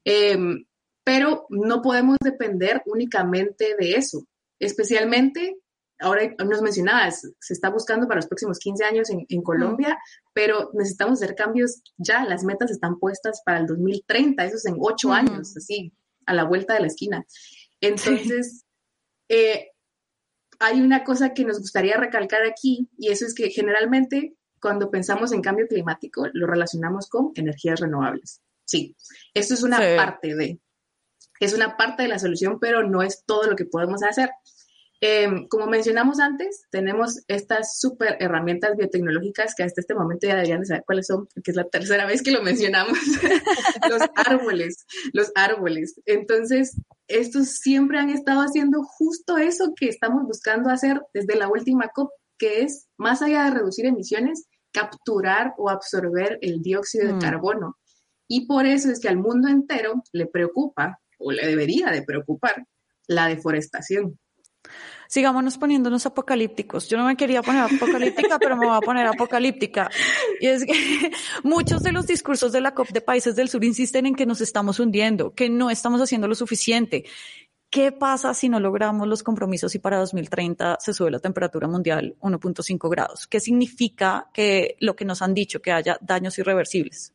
Eh, pero no podemos depender únicamente de eso, especialmente, ahora nos mencionabas, se está buscando para los próximos quince años en, en Colombia, mm. pero necesitamos hacer cambios ya, las metas están puestas para el dos mil treinta, eso es en ocho mm. años, así, a la vuelta de la esquina. Entonces, sí. eh, hay una cosa que nos gustaría recalcar aquí, y eso es que generalmente cuando pensamos en cambio climático, lo relacionamos con energías renovables. Sí, esto es una sí. parte de, es una parte de la solución, pero no es todo lo que podemos hacer. Eh, como mencionamos antes, tenemos estas súper herramientas biotecnológicas que hasta este momento ya deberían de saber cuáles son, porque es la tercera vez que lo mencionamos. Los árboles, los árboles. Entonces, estos siempre han estado haciendo justo eso que estamos buscando hacer desde la última COP, que es, más allá de reducir emisiones, capturar o absorber el dióxido mm. de carbono. Y por eso es que al mundo entero le preocupa, o le debería de preocupar, la deforestación. Sigámonos poniéndonos apocalípticos. Yo no me quería poner apocalíptica, pero me voy a poner apocalíptica. Y es que muchos de los discursos de la COP de países del sur insisten en que nos estamos hundiendo, que no estamos haciendo lo suficiente. ¿Qué pasa si no logramos los compromisos y para dos mil treinta se sube la temperatura mundial uno punto cinco grados? ¿Qué significa que lo que nos han dicho, que haya daños irreversibles?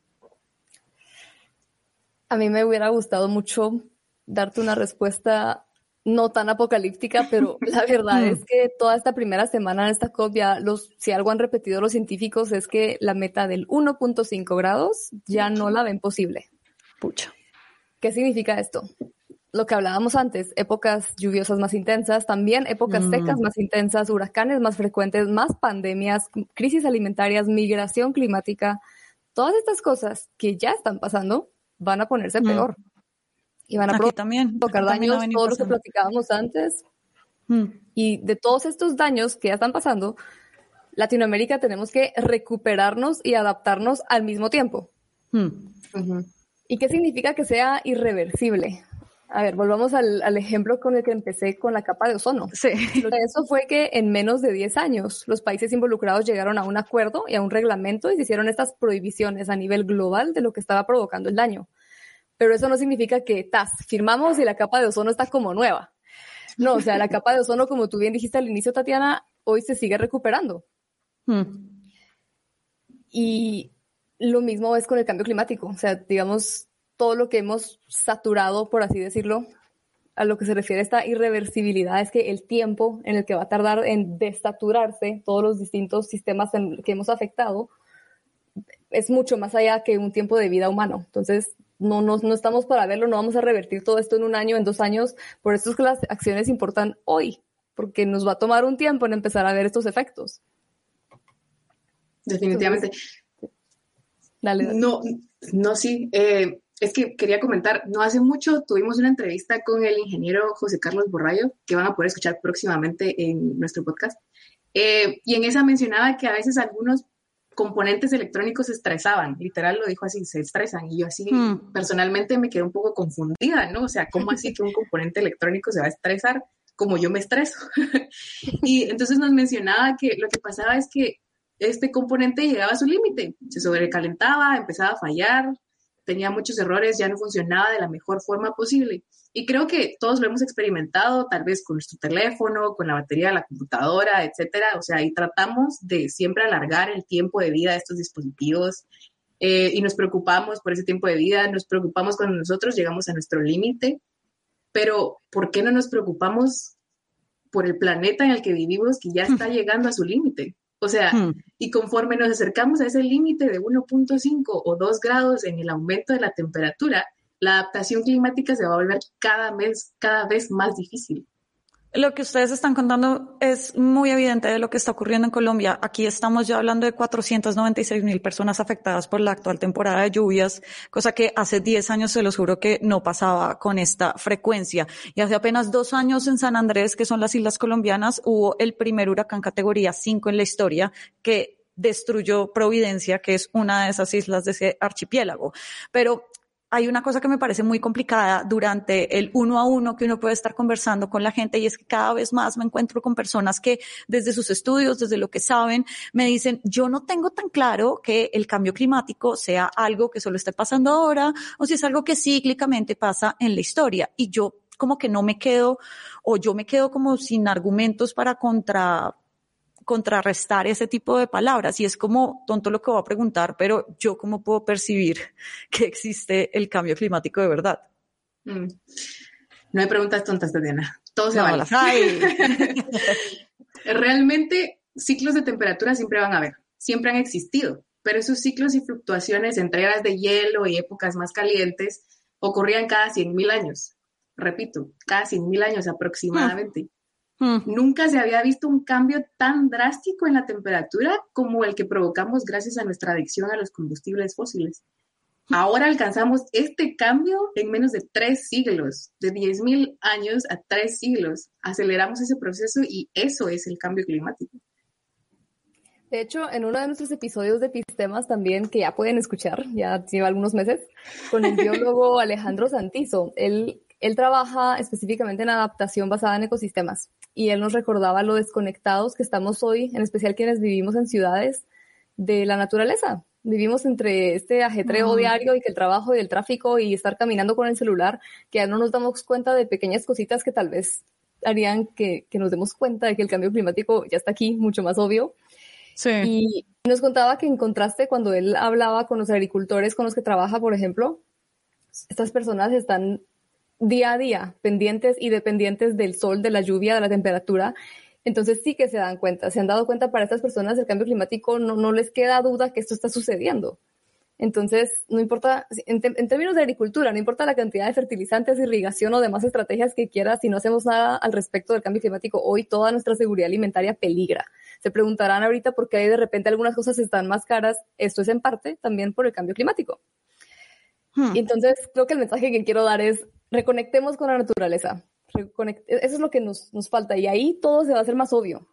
A mí me hubiera gustado mucho darte una respuesta no tan apocalíptica, pero la verdad es que toda esta primera semana en esta COP ya los, si algo han repetido los científicos es que la meta del uno punto cinco grados ya no la ven posible. Pucha. ¿Qué significa esto? Lo que hablábamos antes, épocas lluviosas más intensas, también épocas mm. secas más intensas, huracanes más frecuentes, más pandemias, crisis alimentarias, migración climática, todas estas cosas que ya están pasando van a ponerse mm. peor. Y van a también, tocar daños, todo lo que platicábamos antes. Mm. Y de todos estos daños que ya están pasando, Latinoamérica tenemos que recuperarnos y adaptarnos al mismo tiempo. Mm. Uh-huh. ¿Y qué significa que sea irreversible? A ver, volvamos al, al ejemplo con el que empecé con la capa de ozono. Sí. Eso fue que en menos de diez años los países involucrados llegaron a un acuerdo y a un reglamento y se hicieron estas prohibiciones a nivel global de lo que estaba provocando el daño. Pero eso no significa que tas, firmamos y la capa de ozono está como nueva. No, o sea, la capa de ozono, como tú bien dijiste al inicio, Tatiana, hoy se sigue recuperando. Hmm. Y lo mismo es con el cambio climático. O sea, digamos, todo lo que hemos saturado, por así decirlo, a lo que se refiere a esta irreversibilidad es que el tiempo en el que va a tardar en desaturarse todos los distintos sistemas en que hemos afectado es mucho más allá que un tiempo de vida humano. Entonces, No, no, no estamos para verlo, no vamos a revertir todo esto en un año, en dos años. Por eso es que las acciones importan hoy, porque nos va a tomar un tiempo en empezar a ver estos efectos. Definitivamente. Entonces, dale, dale. No, no, sí. Eh, es que quería comentar, no hace mucho tuvimos una entrevista con el ingeniero José Carlos Borrayo, que van a poder escuchar próximamente en nuestro podcast. Eh, y en esa mencionaba que a veces algunos componentes electrónicos se estresaban, literal lo dijo así, se estresan, y yo así hmm. personalmente me quedé un poco confundida, ¿no? O sea, ¿cómo así que un componente electrónico se va a estresar como yo me estreso? Y entonces nos mencionaba que lo que pasaba es que este componente llegaba a su límite, se sobrecalentaba, empezaba a fallar, tenía muchos errores, ya no funcionaba de la mejor forma posible. Y creo que todos lo hemos experimentado, tal vez con nuestro teléfono, con la batería de la computadora, etcétera. O sea, y tratamos de siempre alargar el tiempo de vida de estos dispositivos eh, y nos preocupamos por ese tiempo de vida, nos preocupamos cuando nosotros llegamos a nuestro límite, pero ¿por qué no nos preocupamos por el planeta en el que vivimos que ya está llegando a su límite? O sea, hmm. y conforme nos acercamos a ese límite de uno punto cinco o dos grados en el aumento de la temperatura, la adaptación climática se va a volver cada vez, cada vez más difícil. Lo que ustedes están contando es muy evidente de lo que está ocurriendo en Colombia. Aquí estamos ya hablando de cuatrocientas noventa y seis mil personas afectadas por la actual temporada de lluvias, cosa que hace diez años, se los juro, que no pasaba con esta frecuencia. Y hace apenas dos años en San Andrés, que son las Islas Colombianas, hubo el primer huracán categoría cinco en la historia que destruyó Providencia, que es una de esas islas de ese archipiélago. Pero hay una cosa que me parece muy complicada durante el uno a uno que uno puede estar conversando con la gente, y es que cada vez más me encuentro con personas que desde sus estudios, desde lo que saben, me dicen, yo no tengo tan claro que el cambio climático sea algo que solo esté pasando ahora o si es algo que cíclicamente pasa en la historia. Y yo como que no me quedo, o yo me quedo como sin argumentos para contra contrarrestar ese tipo de palabras, y es como tonto lo que voy a preguntar, pero yo cómo puedo percibir que existe el cambio climático de verdad. Mm. No hay preguntas tontas, Tatiana. Todo se no, vale. Las hay. Realmente, ciclos de temperatura siempre van a haber, siempre han existido, pero esos ciclos y fluctuaciones entre eras de hielo y épocas más calientes ocurrían cada cien mil años. Repito, cada cien mil años aproximadamente. Mm. Hmm. Nunca se había visto un cambio tan drástico en la temperatura como el que provocamos gracias a nuestra adicción a los combustibles fósiles. Ahora alcanzamos este cambio en menos de tres siglos, de diez mil años a tres siglos. Aceleramos ese proceso y eso es el cambio climático. De hecho, en uno de nuestros episodios de Epistemas también, que ya pueden escuchar, ya lleva algunos meses, con el biólogo Alejandro Santizo, él, él trabaja específicamente en adaptación basada en ecosistemas. Y él nos recordaba lo desconectados que estamos hoy, en especial quienes vivimos en ciudades, de la naturaleza. Vivimos entre este ajetreo mm. diario y que el trabajo y el tráfico y estar caminando con el celular, que ya no nos damos cuenta de pequeñas cositas que tal vez harían que, que nos demos cuenta de que el cambio climático ya está aquí, mucho más obvio. Sí. Y nos contaba que en contraste, cuando él hablaba con los agricultores con los que trabaja, por ejemplo, estas personas están día a día, pendientes y dependientes del sol, de la lluvia, de la temperatura. Entonces sí que se dan cuenta, se han dado cuenta para estas personas del cambio climático, no, no les queda duda que esto está sucediendo. Entonces, no importa, en, te, en términos de agricultura, no importa la cantidad de fertilizantes, irrigación o demás estrategias que quieras, si no hacemos nada al respecto del cambio climático, hoy toda nuestra seguridad alimentaria peligra. Se preguntarán ahorita por qué de repente algunas cosas están más caras. Esto es en parte también por el cambio climático. Hmm. Y entonces, creo que el mensaje que quiero dar es, reconectemos con la naturaleza. Reconect- Eso es lo que nos, nos falta y ahí todo se va a hacer más obvio.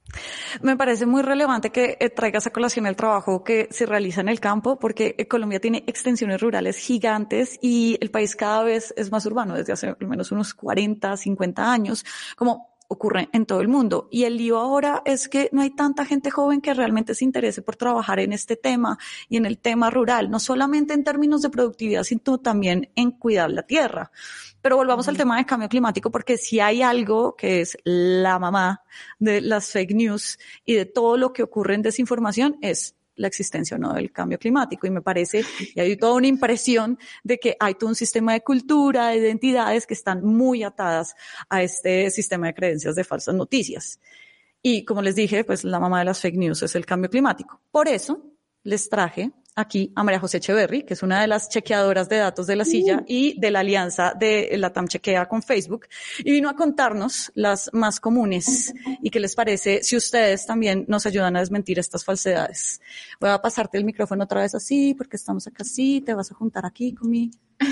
Me parece muy relevante que eh, traigas a colación el trabajo que se realiza en el campo, porque eh, Colombia tiene extensiones rurales gigantes y el país cada vez es más urbano desde hace al menos unos cuarenta, cincuenta años, como ocurre en todo el mundo. Y el lío ahora es que no hay tanta gente joven que realmente se interese por trabajar en este tema y en el tema rural, no solamente en términos de productividad, sino también en cuidar la tierra. Pero volvamos al tema del cambio climático, porque si hay algo que es la mamá de las fake news y de todo lo que ocurre en desinformación es la existencia o no del cambio climático. Y me parece, y hay toda una impresión de que hay todo un sistema de cultura, de identidades que están muy atadas a este sistema de creencias de falsas noticias. Y como les dije, pues la mamá de las fake news es el cambio climático. Por eso les traje aquí a María José Echeverry, que es una de las chequeadoras de datos de La Silla uh. y de la alianza de Latam Chequea con Facebook, y vino a contarnos las más comunes y qué les parece si ustedes también nos ayudan a desmentir estas falsedades. Voy a pasarte el micrófono otra vez así, porque estamos acá así, te vas a juntar aquí con mi...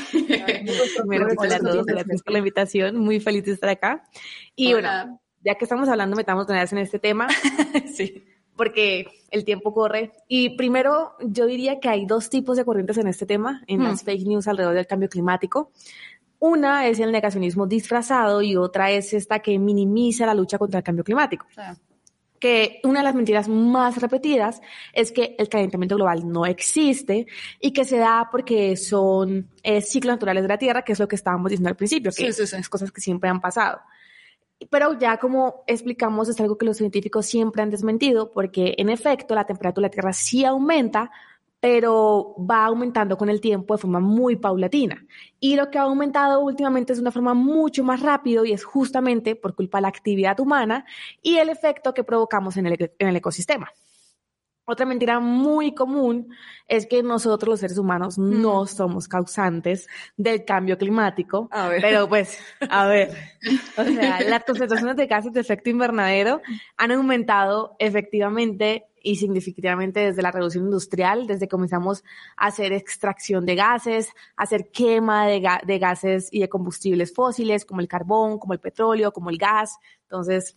Primero, hola a todos, gracias por la invitación, muy feliz de estar acá. Y hola. Bueno, ya que estamos hablando, metamos de una vez en este tema. Sí. Porque el tiempo corre. Y primero, yo diría que hay dos tipos de corrientes en este tema, en hmm. las fake news alrededor del cambio climático. Una es el negacionismo disfrazado y otra es esta que minimiza la lucha contra el cambio climático. Sí. Que una de las mentiras más repetidas es que el calentamiento global no existe y que se da porque son eh, ciclos naturales de la Tierra, que es lo que estábamos diciendo al principio, que sí, sí, sí. es cosas que siempre han pasado. Pero ya como explicamos, es algo que los científicos siempre han desmentido, porque en efecto la temperatura de la Tierra sí aumenta, pero va aumentando con el tiempo de forma muy paulatina. Y lo que ha aumentado últimamente es de una forma mucho más rápido y es justamente por culpa de la actividad humana y el efecto que provocamos en el, en el ecosistema. Otra mentira muy común es que nosotros los seres humanos mm. no somos causantes del cambio climático. A ver. Pero pues, a ver, o sea, las concentraciones de gases de efecto invernadero han aumentado efectivamente y significativamente desde la revolución industrial, desde que comenzamos a hacer extracción de gases, a hacer quema de, ga- de gases y de combustibles fósiles como el carbón, como el petróleo, como el gas. Entonces,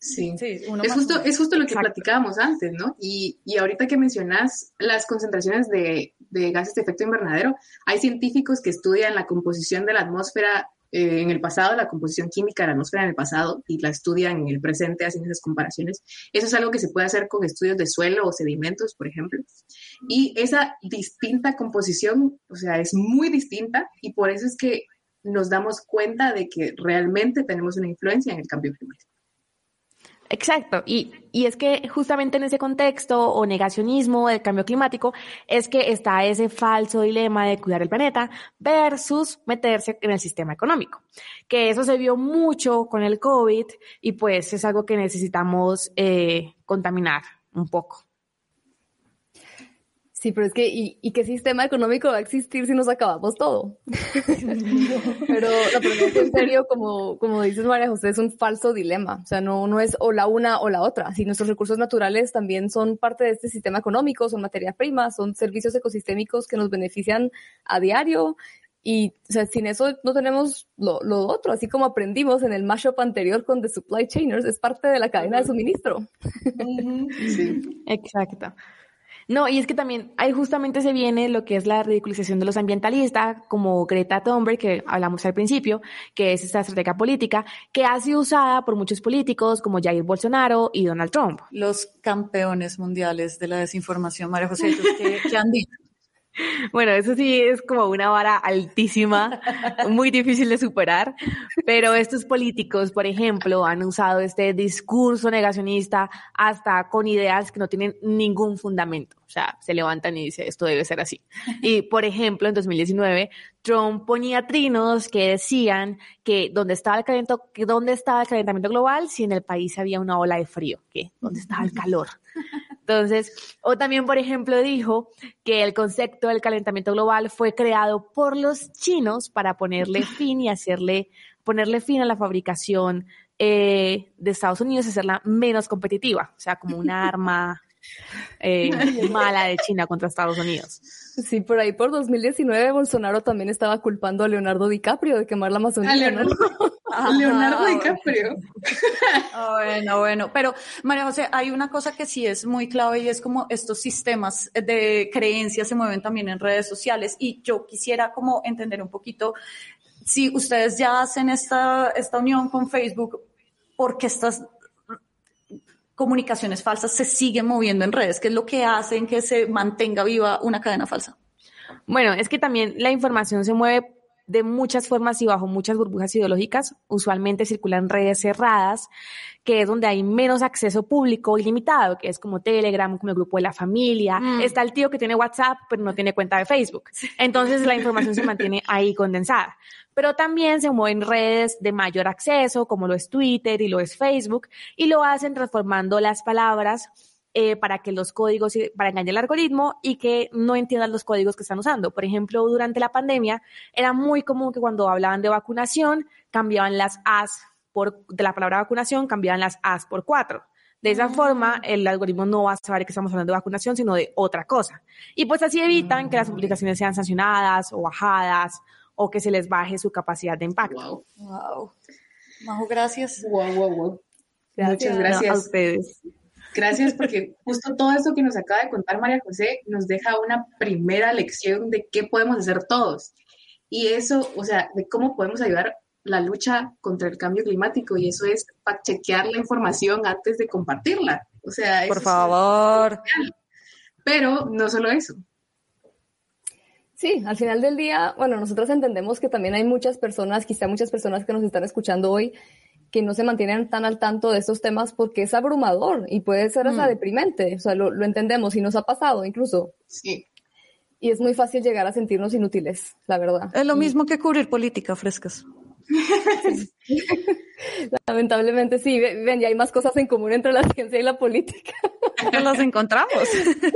Sí, sí uno es, justo, es justo lo que Exacto. platicábamos antes, ¿no? Y, y ahorita que mencionas las concentraciones de, de gases de efecto invernadero, hay científicos que estudian la composición de la atmósfera eh, en el pasado, la composición química de la atmósfera en el pasado, y la estudian en el presente, hacen esas comparaciones. Eso es algo que se puede hacer con estudios de suelo o sedimentos, por ejemplo. Y esa distinta composición, o sea, es muy distinta, y por eso es que nos damos cuenta de que realmente tenemos una influencia en el cambio climático. Exacto, y, y es que justamente en ese contexto o negacionismo del cambio climático es que está ese falso dilema de cuidar el planeta versus meterse en el sistema económico, que eso se vio mucho con el COVID y pues es algo que necesitamos eh, contaminar un poco. Sí, pero es que, ¿y, y qué sistema económico va a existir si nos acabamos todo? Pero la pregunta en serio, como, como dices María José, es un falso dilema. O sea, no, no es o la una o la otra. Si nuestros recursos naturales también son parte de este sistema económico, son materias primas, son servicios ecosistémicos que nos benefician a diario. Y, o sea, sin eso no tenemos lo, lo otro. Así como aprendimos en el mashup anterior con The Supply Chainers, es parte de la cadena de suministro. Sí. Exacto. No, y es que también ahí justamente se viene lo que es la ridiculización de los ambientalistas, como Greta Thunberg, que hablamos al principio, que es esta estrategia política, que ha sido usada por muchos políticos como Jair Bolsonaro y Donald Trump. Los campeones mundiales de la desinformación, María José, ¿qué, qué han dicho? Bueno, eso sí es como una vara altísima, muy difícil de superar, pero estos políticos, por ejemplo, han usado este discurso negacionista hasta con ideas que no tienen ningún fundamento. O sea, se levantan y dicen, esto debe ser así. Y, por ejemplo, en dos mil diecinueve, Trump ponía trinos que decían que dónde estaba el calentamiento, que dónde estaba el calentamiento global si en el país había una ola de frío, que dónde estaba el calor. Entonces, o también, por ejemplo, dijo que el concepto del calentamiento global fue creado por los chinos para ponerle fin y hacerle, ponerle fin a la fabricación eh, de Estados Unidos y hacerla menos competitiva, o sea, como una arma eh, mala de China contra Estados Unidos. Sí, por ahí por dos mil diecinueve Bolsonaro también estaba culpando a Leonardo DiCaprio de quemar la Amazonía. A Leonardo, Ajá, Leonardo DiCaprio. Ah, bueno, bueno, pero María José, hay una cosa que sí es muy clave y es como estos sistemas de creencias se mueven también en redes sociales y yo quisiera como entender un poquito si ustedes ya hacen esta, esta unión con Facebook, ¿por qué estas comunicaciones falsas se siguen moviendo en redes? ¿Qué es lo que hacen que se mantenga viva una cadena falsa? Bueno, es que también la información se mueve de muchas formas y bajo muchas burbujas ideológicas. Usualmente circulan redes cerradas, que es donde hay menos acceso público ilimitado, que es como Telegram, como el grupo de la familia. Mm. Está el tío que tiene WhatsApp, pero no tiene cuenta de Facebook. Entonces la información se mantiene ahí condensada. Pero también se mueven redes de mayor acceso, como lo es Twitter y lo es Facebook, y lo hacen transformando las palabras eh, para que los códigos, para engañar el algoritmo y que no entiendan los códigos que están usando. Por ejemplo, durante la pandemia era muy común que cuando hablaban de vacunación, cambiaban las As por, de la palabra vacunación, cambiaban las As por cuatro. De esa forma, el algoritmo no va a saber que estamos hablando de vacunación, sino de otra cosa. Y pues así evitan que las publicaciones sean sancionadas o bajadas, o que se les baje su capacidad de impacto. Wow. Wow. Majo, gracias. Wow, wow, wow. Gracias. Muchas gracias. No, a ustedes. Gracias, porque justo todo esto que nos acaba de contar María José nos deja una primera lección de qué podemos hacer todos. Y eso, o sea, de cómo podemos ayudar la lucha contra el cambio climático. Y eso es para chequear la información antes de compartirla. O sea, por eso favor. Es Pero no solo eso. Sí, al final del día, bueno, nosotros entendemos que también hay muchas personas, quizá muchas personas que nos están escuchando hoy, que no se mantienen tan al tanto de estos temas porque es abrumador y puede ser hasta mm. deprimente. O sea, lo, lo entendemos y nos ha pasado incluso. Sí. Y es muy fácil llegar a sentirnos inútiles, la verdad. Es lo y... mismo que cubrir política, frescas. Sí. Lamentablemente sí, ven, ya hay más cosas en común entre la ciencia y la política. Nos las encontramos.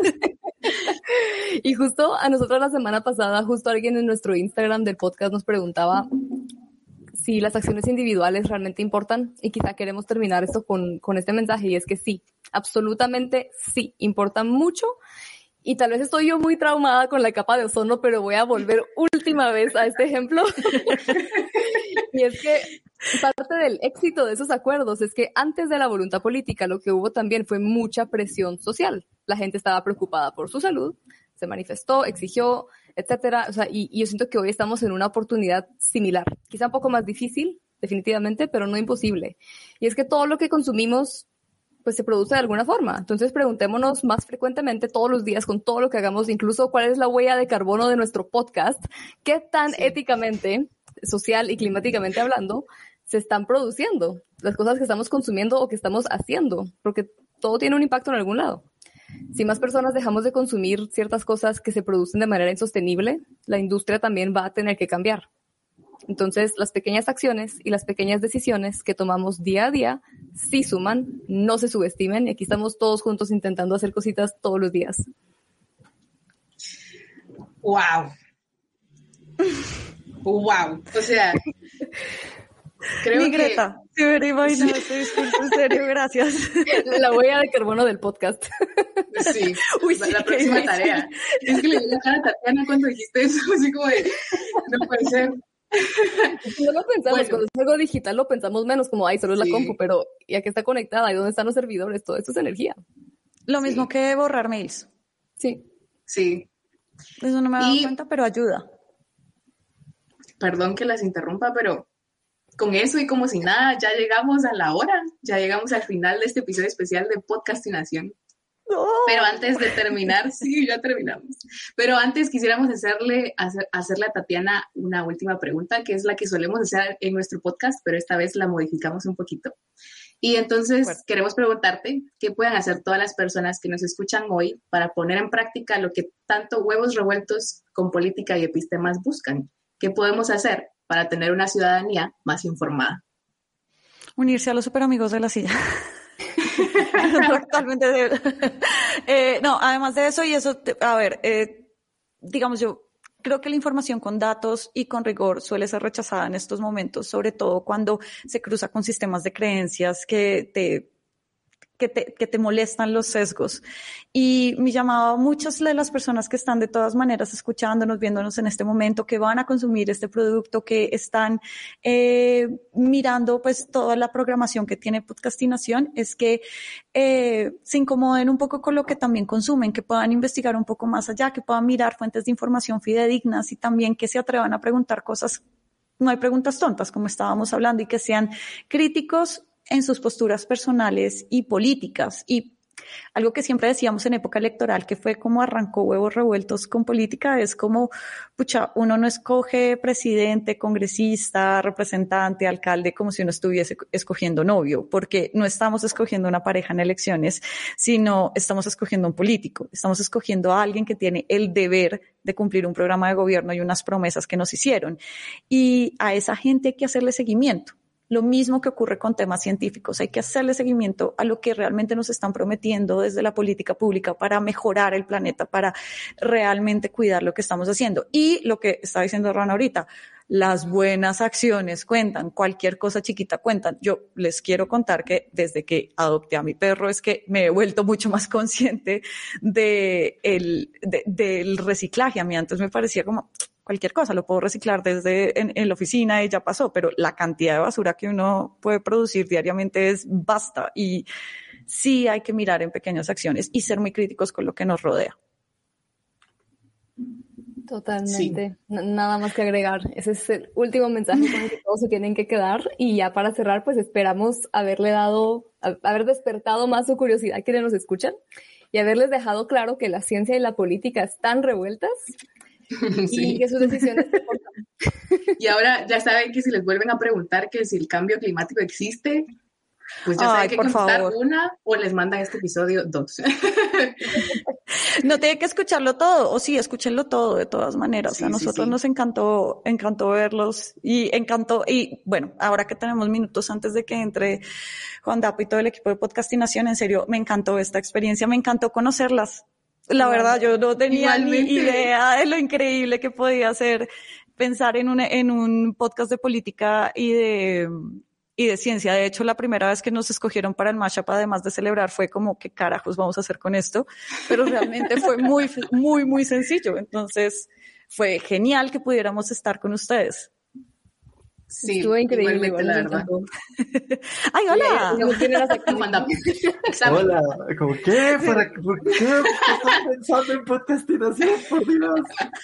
Y justo a nosotros la semana pasada, justo alguien en nuestro Instagram del podcast nos preguntaba si las acciones individuales realmente importan, y quizá queremos terminar esto con, con este mensaje, y es que sí, absolutamente sí, importan mucho. Y tal vez estoy yo muy traumada con la capa de ozono, pero voy a volver última vez a este ejemplo. Y es que parte del éxito de esos acuerdos es que antes de la voluntad política lo que hubo también fue mucha presión social. La gente estaba preocupada por su salud, se manifestó, exigió, etcétera. O sea, y, y yo siento que hoy estamos en una oportunidad similar, quizá un poco más difícil, definitivamente, pero no imposible. Y es que todo lo que consumimos pues se produce de alguna forma. Entonces preguntémonos más frecuentemente todos los días con todo lo que hagamos, incluso cuál es la huella de carbono de nuestro podcast, qué tan sí. éticamente, social y climáticamente hablando, se están produciendo las cosas que estamos consumiendo o que estamos haciendo, porque todo tiene un impacto en algún lado. Si más personas dejamos de consumir ciertas cosas que se producen de manera insostenible, la industria también va a tener que cambiar. Entonces, las pequeñas acciones y las pequeñas decisiones que tomamos día a día sí suman, no se subestimen, y aquí estamos todos juntos intentando hacer cositas todos los días. ¡Wow! ¡Wow! O sea, creo Mi que... Greta, te hubiera imaginado este discurso, en serio, gracias. La huella de carbono del podcast. Sí, Uy, sí, la próxima tarea. Es que le dije a Tatiana cuando dijiste eso, así como de, no puede ser. No lo pensamos, bueno. Cuando es algo digital lo pensamos menos, como, ay, solo es sí. la compu, pero ya que está conectada, ¿y dónde están los servidores? Todo esto es energía. Lo mismo sí. que borrar mails. Sí. Sí. Eso no me he dado y... cuenta, pero ayuda. Perdón que las interrumpa, pero con eso y como si nada, ya llegamos a la hora, ya llegamos al final de este episodio especial de Podcastinación. No. Pero antes de terminar, sí, ya terminamos. Pero antes quisiéramos hacerle, hacer, hacerle a Tatiana una última pregunta, que es la que solemos hacer en nuestro podcast, pero esta vez la modificamos un poquito. Y entonces bueno. queremos preguntarte qué pueden hacer todas las personas que nos escuchan hoy para poner en práctica lo que tanto Huevos Revueltos con Política y Epistemas buscan. ¿Qué podemos hacer para tener una ciudadanía más informada? Unirse a los superamigos de la silla. Totalmente de... eh, no, además de eso, y eso, te, a ver, eh, digamos yo, creo que la información con datos y con rigor suele ser rechazada en estos momentos, sobre todo cuando se cruza con sistemas de creencias que te... Que te, que te molestan los sesgos. Y mi llamado a muchas de las personas que están de todas maneras escuchándonos, viéndonos en este momento, que van a consumir este producto, que están eh, mirando pues toda la programación que tiene Podcastinación, es que eh, se incomoden un poco con lo que también consumen, que puedan investigar un poco más allá, que puedan mirar fuentes de información fidedignas y también que se atrevan a preguntar cosas. No hay preguntas tontas, como estábamos hablando, y que sean críticos en sus posturas personales y políticas. Y algo que siempre decíamos en época electoral, que fue como arrancó Huevos Revueltos con Política, es como, pucha, uno no escoge presidente, congresista, representante, alcalde, como si uno estuviese escogiendo novio, porque no estamos escogiendo una pareja en elecciones, sino estamos escogiendo un político, estamos escogiendo a alguien que tiene el deber de cumplir un programa de gobierno y unas promesas que nos hicieron. Y a esa gente hay que hacerle seguimiento. Lo mismo que ocurre con temas científicos, hay que hacerle seguimiento a lo que realmente nos están prometiendo desde la política pública para mejorar el planeta, para realmente cuidar lo que estamos haciendo. Y lo que está diciendo Rana ahorita, las buenas acciones cuentan, cualquier cosa chiquita cuentan. Yo les quiero contar que desde que adopté a mi perro es que me he vuelto mucho más consciente de el, de, del reciclaje. A mí antes me parecía como cualquier cosa, lo puedo reciclar desde en, en la oficina y ya pasó, pero la cantidad de basura que uno puede producir diariamente es vasta y sí hay que mirar en pequeñas acciones y ser muy críticos con lo que nos rodea. Totalmente, sí. Nada más que agregar. Ese es el último mensaje con el que todos se tienen que quedar. Y ya para cerrar, pues esperamos haberle dado, haber despertado más su curiosidad a quienes nos escuchan y haberles dejado claro que la ciencia y la política están revueltas. Sí. Y que sus decisiones se importan. Y ahora ya saben que si les vuelven a preguntar que si el cambio climático existe, pues ya Ay, saben que contestar favor. Una o les mandan este episodio dos. No tiene que escucharlo todo, o sí, escúchenlo todo de todas maneras. Sí, a nosotros sí, sí. nos encantó, encantó verlos y encantó, y bueno, ahora que tenemos minutos antes de que entre Juan Dapo y todo el equipo de Podcastinación, en serio, me encantó esta experiencia, me encantó conocerlas. La verdad, yo no tenía Igualmente. Ni idea de lo increíble que podía ser pensar en un, en un podcast de política y de, y de ciencia. De hecho, la primera vez que nos escogieron para el mashup, además de celebrar, fue como, ¿qué carajos vamos a hacer con esto? Pero realmente fue muy, muy, muy sencillo. Entonces, fue genial que pudiéramos estar con ustedes. Sí, estuvo increíble, igualmente, la verdad. ¡Ay, hola! No tiene las Hola, ¿cómo qué? ¿Para, ¿Por qué estás pensando en podcastinación? Por Dios.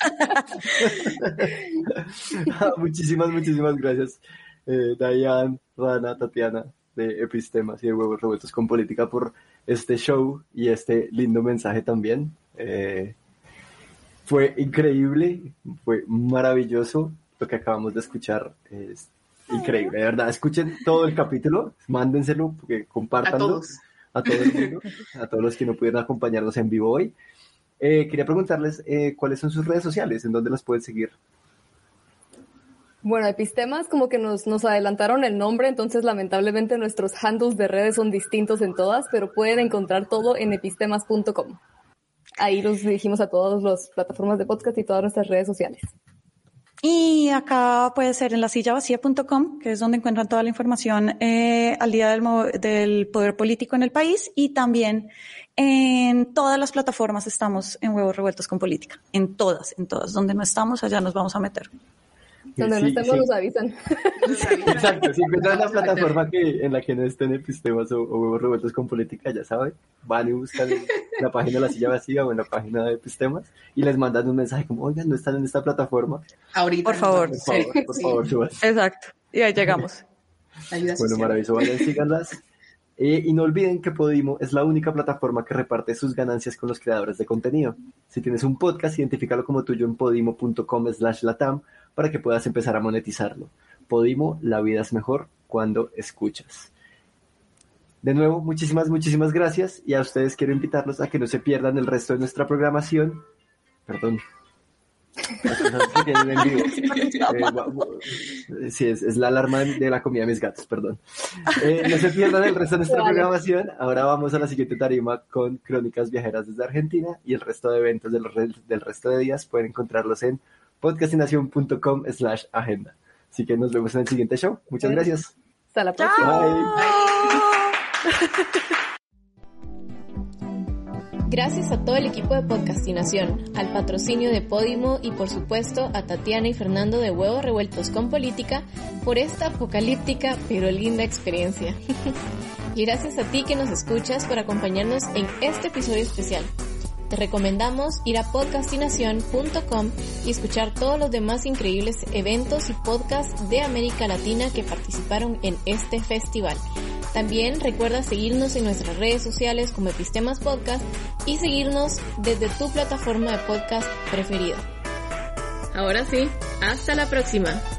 Muchísimas, muchísimas gracias, eh, Dayan, Rana, Tatiana, de Epistemas y de Huevos Revueltos con Política, por este show y este lindo mensaje también. Eh, fue increíble, fue maravilloso. Lo que acabamos de escuchar es increíble, de verdad. Escuchen todo el capítulo, mándenselo, porque compártanlo a todos, a todo el mundo, a todos los que no pudieron acompañarnos en vivo hoy. Eh, quería preguntarles eh, cuáles son sus redes sociales, en dónde las pueden seguir. Bueno, Epistemas como que nos, nos adelantaron el nombre, entonces lamentablemente nuestros handles de redes son distintos en todas, pero pueden encontrar todo en epistemas punto com. Ahí los dirigimos a todas las plataformas de podcast y todas nuestras redes sociales. Y acá puede ser en la silla vacía punto com, que es donde encuentran toda la información eh, al día del, del poder político en el país, y también en todas las plataformas estamos en Huevos Revueltos con Política. En todas, en todas. Donde no estamos, allá nos vamos a meter. Donde sí, no estemos sí. nos avisan. Exacto, si encuentran la plataforma que, en la que no estén Epistemas o, o Huevos Revueltos con Política, ya saben, van y buscan en la página de La Silla Vacía o en la página de Epistemas y les mandan un mensaje como, oigan, no están en esta plataforma. Ahorita. Por favor. Por favor, sí. por favor, súbanse. Exacto. Y ahí llegamos. Ayuda Bueno, social. maravilloso, vayan, síganlas. Eh, y no olviden que Podimo es la única plataforma que reparte sus ganancias con los creadores de contenido. Si tienes un podcast, identifícalo como tuyo en podimo punto com slash latam para que puedas empezar a monetizarlo. Podimo, la vida es mejor cuando escuchas. De nuevo, muchísimas, muchísimas gracias, y a ustedes quiero invitarlos a que no se pierdan el resto de nuestra programación. Perdón. Las cosas que tienen en vivo. Eh, sí, es, es la alarma de la comida de mis gatos, perdón. Eh, no se pierdan el resto de nuestra Vale. programación. Ahora vamos a la siguiente tarima con Crónicas Viajeras desde Argentina, y el resto de eventos del, re- del resto de días pueden encontrarlos en podcastinación punto com slash agenda. Así que nos vemos en el siguiente show. Muchas gracias. Hasta la próxima. Bye. Gracias a todo el equipo de Podcastinación, al patrocinio de Podimo y por supuesto a Tatiana y Fernando de Huevos Revueltos con Política por esta apocalíptica pero linda experiencia. Y gracias a ti que nos escuchas por acompañarnos en este episodio especial. Te recomendamos ir a podcastinación punto com y escuchar todos los demás increíbles eventos y podcasts de América Latina que participaron en este festival. También recuerda seguirnos en nuestras redes sociales como Epistemas Podcast y seguirnos desde tu plataforma de podcast preferida. Ahora sí, hasta la próxima.